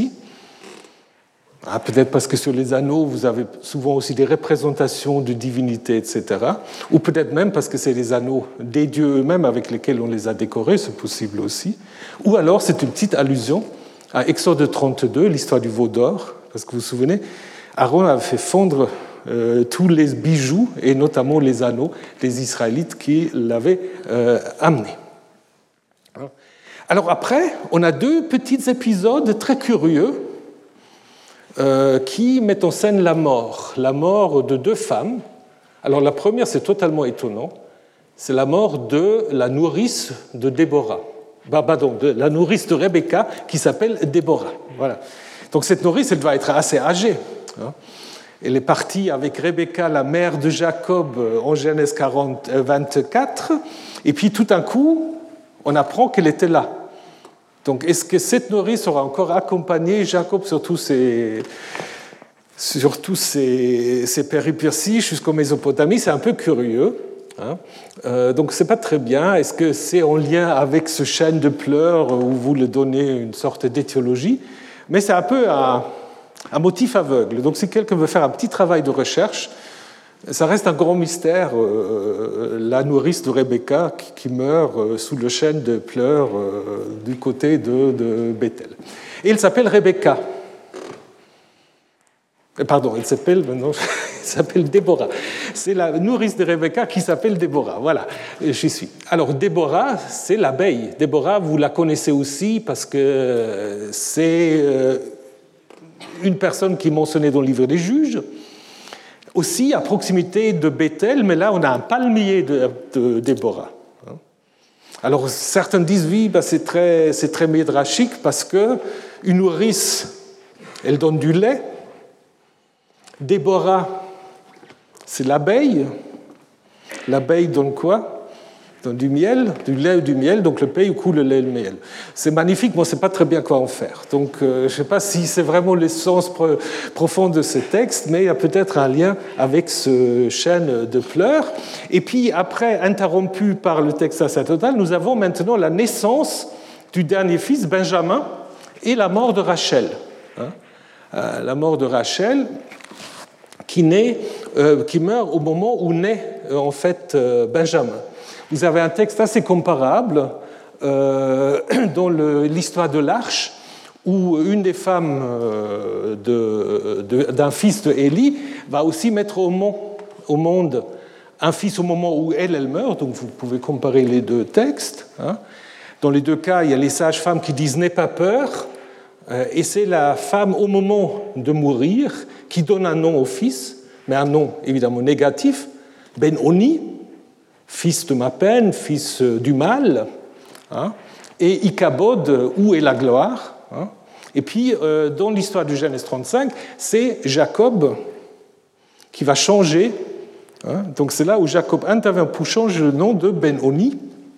Ah, peut-être parce que sur les anneaux, vous avez souvent aussi des représentations de divinités, et cetera. Ou peut-être même parce que c'est les anneaux des dieux eux-mêmes avec lesquels on les a décorés, c'est possible aussi. Ou alors c'est une petite allusion à Exode trente-deux, l'histoire du veau d'or, parce que vous vous souvenez, Aaron avait fait fondre euh, tous les bijoux, et notamment les anneaux des Israélites qui l'avaient euh, amené. Alors après, on a deux petits épisodes très curieux euh, qui mettent en scène la mort, la mort de deux femmes. Alors la première, c'est totalement étonnant, c'est la mort de la nourrice de Déborah, bah, pardon, de la nourrice de Rebecca qui s'appelle Déborah. Voilà. Donc cette nourrice, elle doit être assez âgée. Hein. Elle est partie avec Rebecca, la mère de Jacob, en Genèse quarante, vingt-quatre, et puis tout d'un coup, on apprend qu'elle était là. Donc, est-ce que cette nourrice aura encore accompagné Jacob sur tous ses, sur tous ses, ses péripéties jusqu'en Mésopotamie? C'est un peu curieux. Hein. Euh, donc, ce n'est pas très bien. Est-ce que c'est en lien avec ce chêne de pleurs où vous le donnez une sorte d'étiologie? Mais c'est un peu un, un motif aveugle. Donc, si quelqu'un veut faire un petit travail de recherche, ça reste un grand mystère, euh, la nourrice de Rebecca qui, qui meurt euh, sous le chêne de pleurs euh, du côté de, de Bethel. Et elle s'appelle Rebecca. Pardon, elle s'appelle maintenant, elle s'appelle Déborah. C'est la nourrice de Rebecca qui s'appelle Déborah. Voilà, j'y suis. Alors Déborah, c'est l'abeille. Déborah, vous la connaissez aussi parce que c'est une personne qui est mentionnée dans le livre des Juges. Aussi à proximité de Bethel, mais là on a un palmier de, de Déborah. Alors certains disent oui, ben c'est très, c'est très midrashique parce que une nourrice, elle donne du lait. Déborah, c'est l'abeille. L'abeille donne quoi? Donne du miel, du lait ou du miel, donc le pays où coule le lait et le miel. C'est magnifique, moi, on ne sait pas très bien quoi en faire. Donc, euh, je ne sais pas si c'est vraiment l'essence pro- profonde de ce texte, mais il y a peut-être un lien avec ce chêne de pleurs. Et puis, après, interrompu par le texte sacerdotal, nous avons maintenant la naissance du dernier fils, Benjamin, et la mort de Rachel. Hein euh, la mort de Rachel, qui, naît, euh, qui meurt au moment où naît, euh, en fait, euh, Benjamin. Vous avez un texte assez comparable euh, dans le, l'histoire de l'Arche, où une des femmes euh, de, de, d'un fils de Élie va aussi mettre au, monde, au monde un fils au moment où elle, elle meurt. Donc vous pouvez comparer les deux textes. Hein. Dans les deux cas, il y a les sages-femmes qui disent « n'aie pas peur euh, », et c'est la femme au moment de mourir qui donne un nom au fils, mais un nom évidemment négatif, Ben-Oni, fils de ma peine, fils du mal, hein, et Ichabod, où est la gloire. Hein. Et puis, euh, dans l'histoire du Genèse trente-cinq, c'est Jacob qui va changer. Hein. Donc, c'est là où Jacob intervient pour changer le nom de Ben-Oni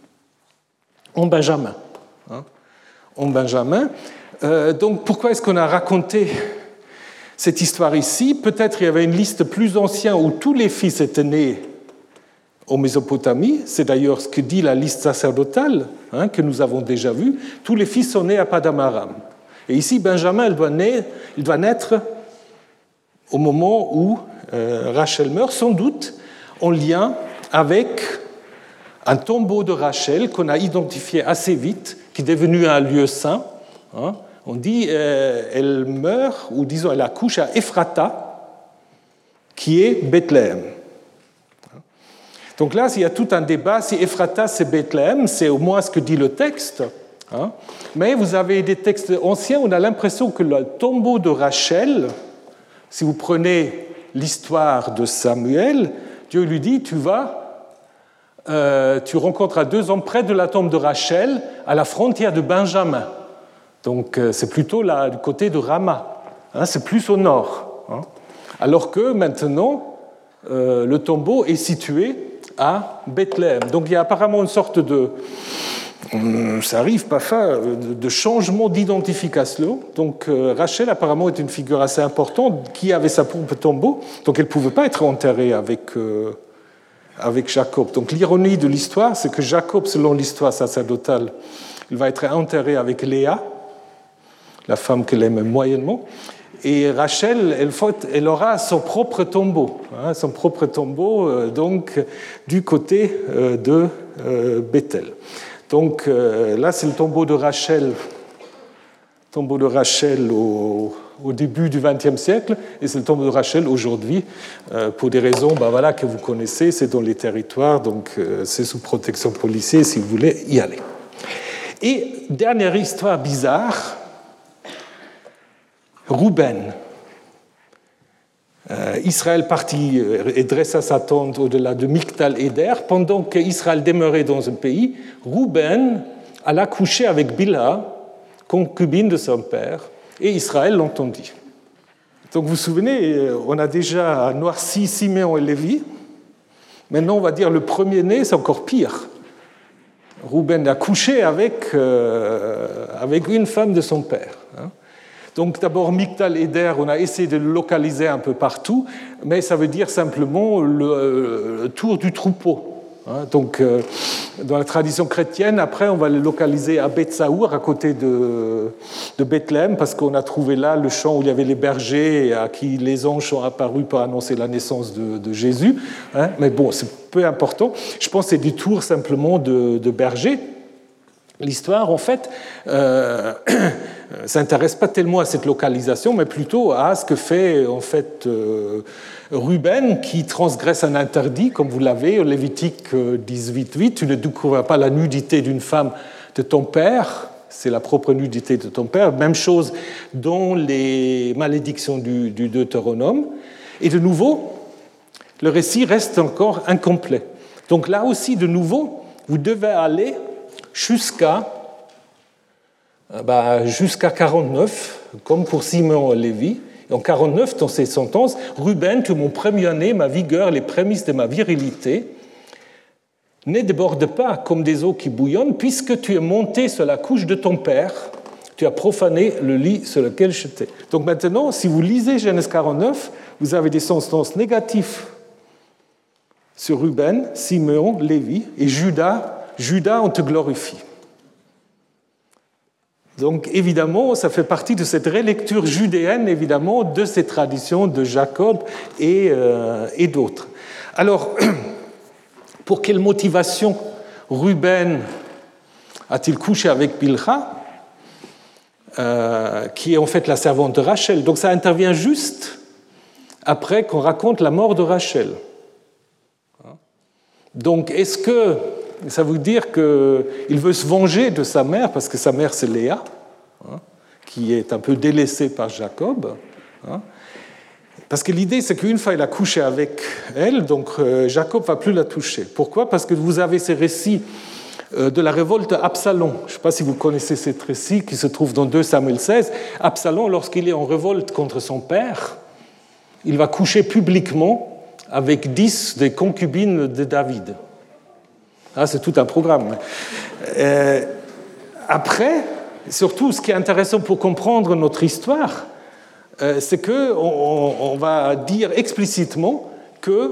en Benjamin. Hein, en Benjamin. Euh, donc, pourquoi est-ce qu'on a raconté cette histoire ici? Peut-être il y avait une liste plus ancienne où tous les fils étaient nés en Mésopotamie, c'est d'ailleurs ce que dit la liste sacerdotale, hein, que nous avons déjà vue. Tous les fils sont nés à Padam-Aram. Et ici, Benjamin, il doit, naître, il doit naître au moment où euh, Rachel meurt, sans doute en lien avec un tombeau de Rachel qu'on a identifié assez vite, qui est devenu un lieu saint. Hein. On dit euh, elle meurt, ou disons elle accouche à Ephrata, qui est Bethléem. Donc là, il y a tout un débat, si Ephrata c'est Bethléem, c'est au moins ce que dit le texte. Hein. Mais vous avez des textes anciens, on a l'impression que le tombeau de Rachel, si vous prenez l'histoire de Samuel, Dieu lui dit, tu vas, euh, tu rencontreras deux hommes près de la tombe de Rachel, à la frontière de Benjamin. Donc c'est plutôt là, du côté de Rama, hein, c'est plus au nord. Hein. Alors que maintenant, euh, le tombeau est situé à Bethléem. Donc il y a apparemment une sorte de, ça arrive parfois, de changement d'identification. Donc Rachel apparemment est une figure assez importante qui avait sa propre tombeau, donc elle ne pouvait pas être enterrée avec, euh, avec Jacob. Donc l'ironie de l'histoire, c'est que Jacob, selon l'histoire sacerdotale, il va être enterré avec Léa, la femme qu'elle aime moyennement. Et Rachel, elle, elle aura son propre tombeau, hein, son propre tombeau euh, donc du côté euh, de euh, Bethel. Donc euh, là, c'est le tombeau de Rachel, tombeau de Rachel au, au début du vingtième siècle, et c'est le tombeau de Rachel aujourd'hui, euh, pour des raisons ben voilà, que vous connaissez, c'est dans les territoires, donc euh, c'est sous protection policière si vous voulez y aller. Et dernière histoire bizarre, Rouben. Euh, Israël partit et dressa sa tente au-delà de Migdal Eder. Pendant qu'Israël demeurait dans un pays, Rouben alla coucher avec Bilha, concubine de son père, et Israël l'entendit. Donc vous vous souvenez, on a déjà noirci Siméon et Lévi. Maintenant, on va dire le premier-né, c'est encore pire. Rouben a couché avec, euh, avec une femme de son père. Hein. Donc d'abord, Migdal Eder, on a essayé de le localiser un peu partout, mais ça veut dire simplement le, le tour du troupeau. Hein. Donc euh, dans la tradition chrétienne, après, on va le localiser à Beth-Saour, à côté de, de Bethléem, parce qu'on a trouvé là le champ où il y avait les bergers à qui les anges sont apparus pour annoncer la naissance de, de Jésus. Hein. Mais bon, c'est peu important. Je pense que c'est des tours simplement de, de bergers. L'histoire, en fait, euh, ne s'intéresse pas tellement à cette localisation, mais plutôt à ce que fait en fait euh, Ruben, qui transgresse un interdit, comme vous l'avez, au Lévitique dix-huit huit, tu ne découvres pas la nudité d'une femme de ton père, c'est la propre nudité de ton père. Même chose dans les malédictions du, du Deutéronome. Et de nouveau, le récit reste encore incomplet. Donc là aussi, de nouveau, vous devez aller jusqu'à bah, jusqu'à quarante-neuf, comme pour Simeon et Lévi. Et en quarante-neuf, dans ces sentences, Ruben, tu es mon premier-né, ma vigueur, les prémices de ma virilité, ne déborde pas comme des eaux qui bouillonnent, puisque tu es monté sur la couche de ton père, tu as profané le lit sur lequel j'étais. Donc maintenant, si vous lisez Genèse quarante-neuf, vous avez des sentences négatives sur Ruben, Simeon, Lévi et Judas. Judas, on te glorifie. Donc évidemment, ça fait partie de cette relecture judéenne, évidemment, de ces traditions de Jacob et, euh, et d'autres. Alors, pour quelle motivation Ruben a-t-il couché avec Bilha, euh, qui est en fait la servante de Rachel? Donc ça intervient juste après qu'on raconte la mort de Rachel. Donc est-ce que ça veut dire qu'il veut se venger de sa mère, parce que sa mère c'est Léa, hein, qui est un peu délaissée par Jacob. Hein, parce que l'idée c'est qu'une fois il a couché avec elle, donc euh, Jacob ne va plus la toucher. Pourquoi? Parce que vous avez ces récits euh, de la révolte Absalom. Je ne sais pas si vous connaissez ce récit qui se trouve dans deux Samuel seize. Absalom, lorsqu'il est en révolte contre son père, il va coucher publiquement avec dix des concubines de David. Ah, c'est tout un programme. Euh, après, surtout, ce qui est intéressant pour comprendre notre histoire, euh, c'est qu'on on va dire explicitement que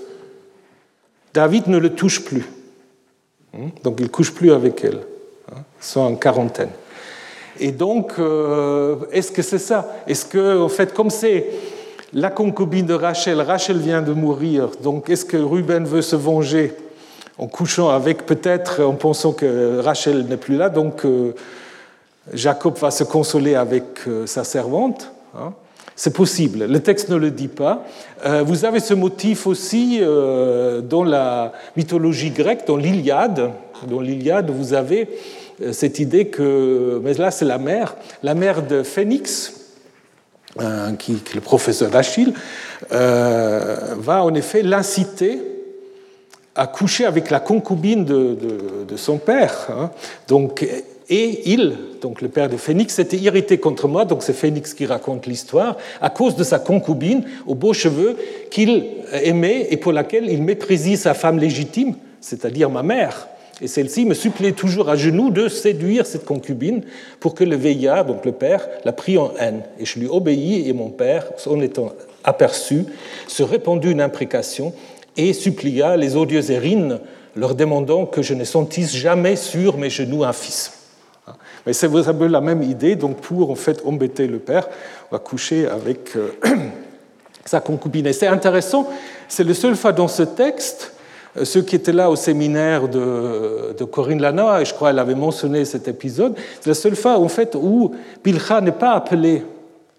David ne le touche plus. Donc, il ne couche plus avec elle. Ils sont en quarantaine. Et donc, euh, est-ce que c'est ça? Est-ce que, en fait, comme c'est la concubine de Rachel, Rachel vient de mourir, donc est-ce que Ruben veut se venger en couchant avec, peut-être en pensant que Rachel n'est plus là, donc euh, Jacob va se consoler avec euh, sa servante, hein. C'est possible, le texte ne le dit pas. Euh, vous avez ce motif aussi euh, dans la mythologie grecque, dans l'Iliade. Dans l'Iliade, vous avez euh, cette idée que, mais là c'est la mère, la mère de Phénix, euh, qui, qui est le professeur d'Achille, euh, va en effet l'inciter à coucher avec la concubine de, de, de son père. Hein. Donc, et il, donc le père de Phénix, s'était irrité contre moi, donc c'est Phénix qui raconte l'histoire, à cause de sa concubine aux beaux cheveux qu'il aimait et pour laquelle il méprisait sa femme légitime, c'est-à-dire ma mère. Et celle-ci me suppliait toujours à genoux de séduire cette concubine pour que le vieillard, donc le père, la prit en haine. Et je lui obéis et mon père, en étant aperçu, se répandit une imprécation et supplia les odieuses hérines, leur demandant que je ne sentisse jamais sur mes genoux un fils. Mais c'est un peu la même idée, donc pour en fait embêter le père, on va coucher avec euh, sa concubine. Et c'est intéressant, c'est la seule fois dans ce texte, euh, ceux qui étaient là au séminaire de, de Corinne Lanois, et je crois qu'elle avait mentionné cet épisode, c'est la seule fois en fait où Bilha n'est pas appelée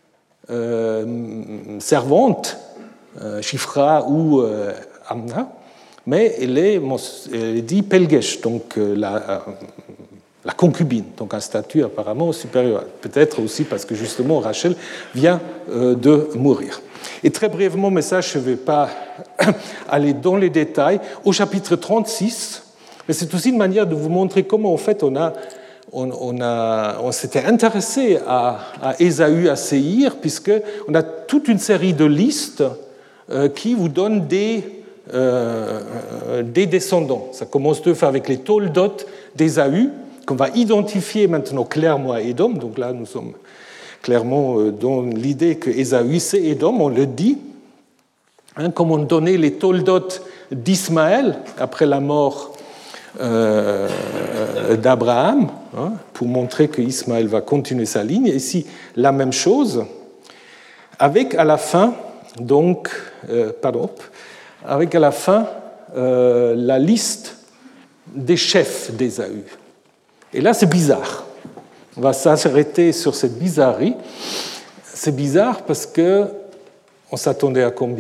euh, servante, euh, Shifra ou euh, Amna, mais elle est, elle est dit Pelgesh, donc euh, la, euh, la concubine, donc un statut apparemment supérieur. Peut-être aussi parce que justement Rachel vient euh, de mourir. Et très brièvement, mais ça je ne vais pas aller dans les détails, au chapitre trente-six, mais c'est aussi une manière de vous montrer comment en fait on a On, on, a, on s'était intéressé à, à Ésaü, à Séhir, puisqu'on a toute une série de listes euh, qui vous donnent des, euh, des descendants. Ça commence deux fois avec les Toldot d'Ésaü, qu'on va identifier maintenant clairement à Édom. Donc là, nous sommes clairement dans l'idée que Ésaü, c'est Édom, on le dit. Hein, comme on donnait les Toldot d'Ismaël après la mort Euh, d'Abraham, hein, pour montrer que Ismaël va continuer sa ligne. Et ici, la même chose, avec à la fin, donc, euh, pardon, avec à la fin euh, la liste des chefs d'Ésaü. Et là, c'est bizarre. On va s'arrêter sur cette bizarrerie. C'est bizarre parce que on s'attendait à combien ?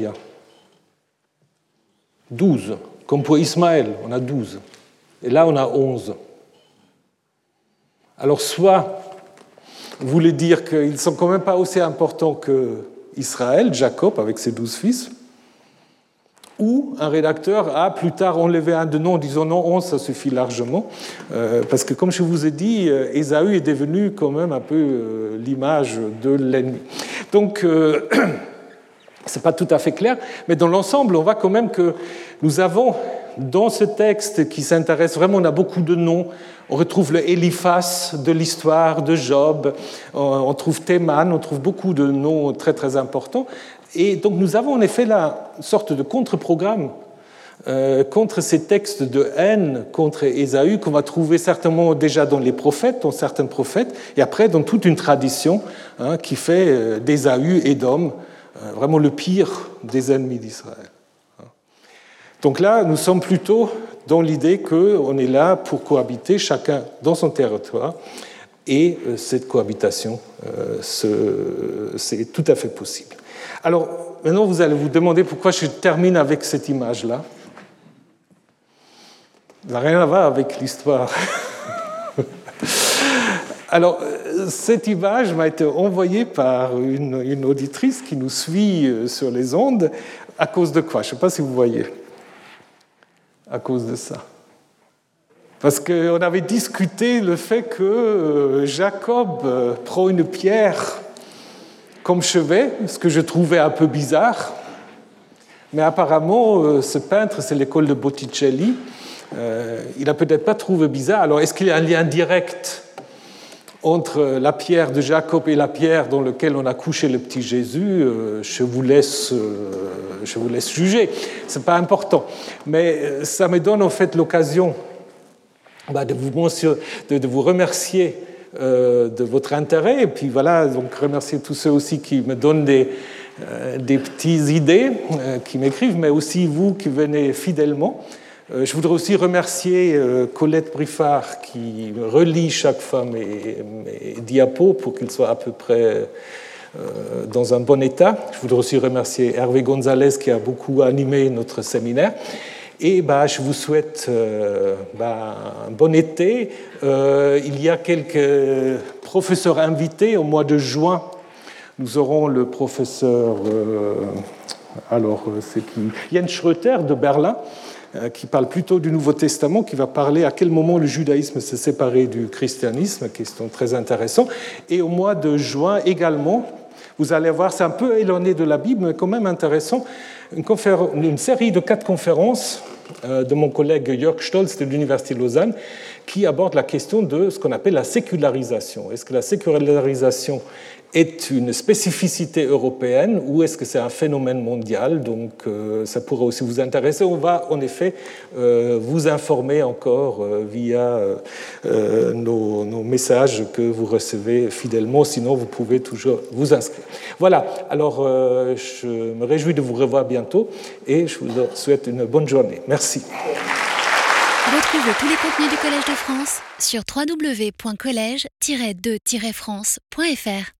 douze. Comme pour Ismaël, on a douze. Et là, on a onze. Alors, soit vous voulez dire qu'ils ne sont quand même pas aussi importants qu'Israël, Jacob, avec ses douze fils, ou un rédacteur a plus tard enlevé un de nom en disant non, onze, ça suffit largement. Euh, parce que, comme je vous ai dit, Ésaü est devenu quand même un peu euh, l'image de l'ennemi. Donc, euh, ce n'est pas tout à fait clair, mais dans l'ensemble, on voit quand même que nous avons, dans ce texte qui s'intéresse vraiment, on a beaucoup de noms. On retrouve le Eliphas de l'histoire de Job, on trouve Théman, on trouve beaucoup de noms très très importants. Et donc nous avons en effet là une sorte de contre-programme euh, contre ces textes de haine contre Ésaü qu'on va trouver certainement déjà dans les prophètes, dans certains prophètes, et après dans toute une tradition hein, qui fait euh, d'Ésaü, Édom, euh, vraiment le pire des ennemis d'Israël. Donc là, nous sommes plutôt dans l'idée qu'on est là pour cohabiter, chacun dans son territoire, et cette cohabitation, c'est tout à fait possible. Alors, maintenant, vous allez vous demander pourquoi je termine avec cette image-là. Ça n'a rien à voir avec l'histoire. Alors, cette image m'a été envoyée par une, une auditrice qui nous suit sur les ondes. À cause de quoi ? Je ne sais pas si vous voyez. À cause de ça. Parce qu'on avait discuté le fait que Jacob prend une pierre comme chevet, ce que je trouvais un peu bizarre. Mais apparemment, ce peintre, c'est l'école de Botticelli, il n'a peut-être pas trouvé bizarre. Alors, est-ce qu'il y a un lien direct entre la pierre de Jacob et la pierre dans laquelle on a couché le petit Jésus, je vous laisse, je vous laisse juger. Ce n'est pas important. Mais ça me donne en fait l'occasion bah, de, vous de, de vous remercier euh, de votre intérêt. Et puis voilà, donc remercier tous ceux aussi qui me donnent des, euh, des petites idées, euh, qui m'écrivent, mais aussi vous qui venez fidèlement. Je voudrais aussi remercier Colette Briffard qui relit chaque fois mes, mes diapos pour qu'ils soient à peu près dans un bon état. Je voudrais aussi remercier Hervé Gonzalez qui a beaucoup animé notre séminaire. Et bah, je vous souhaite euh, bah, un bon été. Euh, il y a quelques professeurs invités au mois de juin. Nous aurons le professeur, euh, alors c'est qui Jens Schröter de Berlin, qui parle plutôt du Nouveau Testament, qui va parler à quel moment le judaïsme s'est séparé du christianisme, question très intéressante. Et au mois de juin également, vous allez voir, c'est un peu éloigné de la Bible, mais quand même intéressant, une, conféren- une série de quatre conférences euh, de mon collègue Jörg Stolz de l'Université de Lausanne, qui aborde la question de ce qu'on appelle la sécularisation. Est-ce que la sécularisation est une spécificité européenne ou est-ce que c'est un phénomène mondial ? Donc euh, ça pourrait aussi vous intéresser. On va en effet euh, vous informer encore euh, via euh, nos, nos messages que vous recevez fidèlement. Sinon, vous pouvez toujours vous inscrire. Voilà, alors euh, je me réjouis de vous revoir bientôt et je vous souhaite une bonne journée. Merci. Retrouvez tous les contenus du Collège de France sur w w w point collège tiret de tiret france point f r.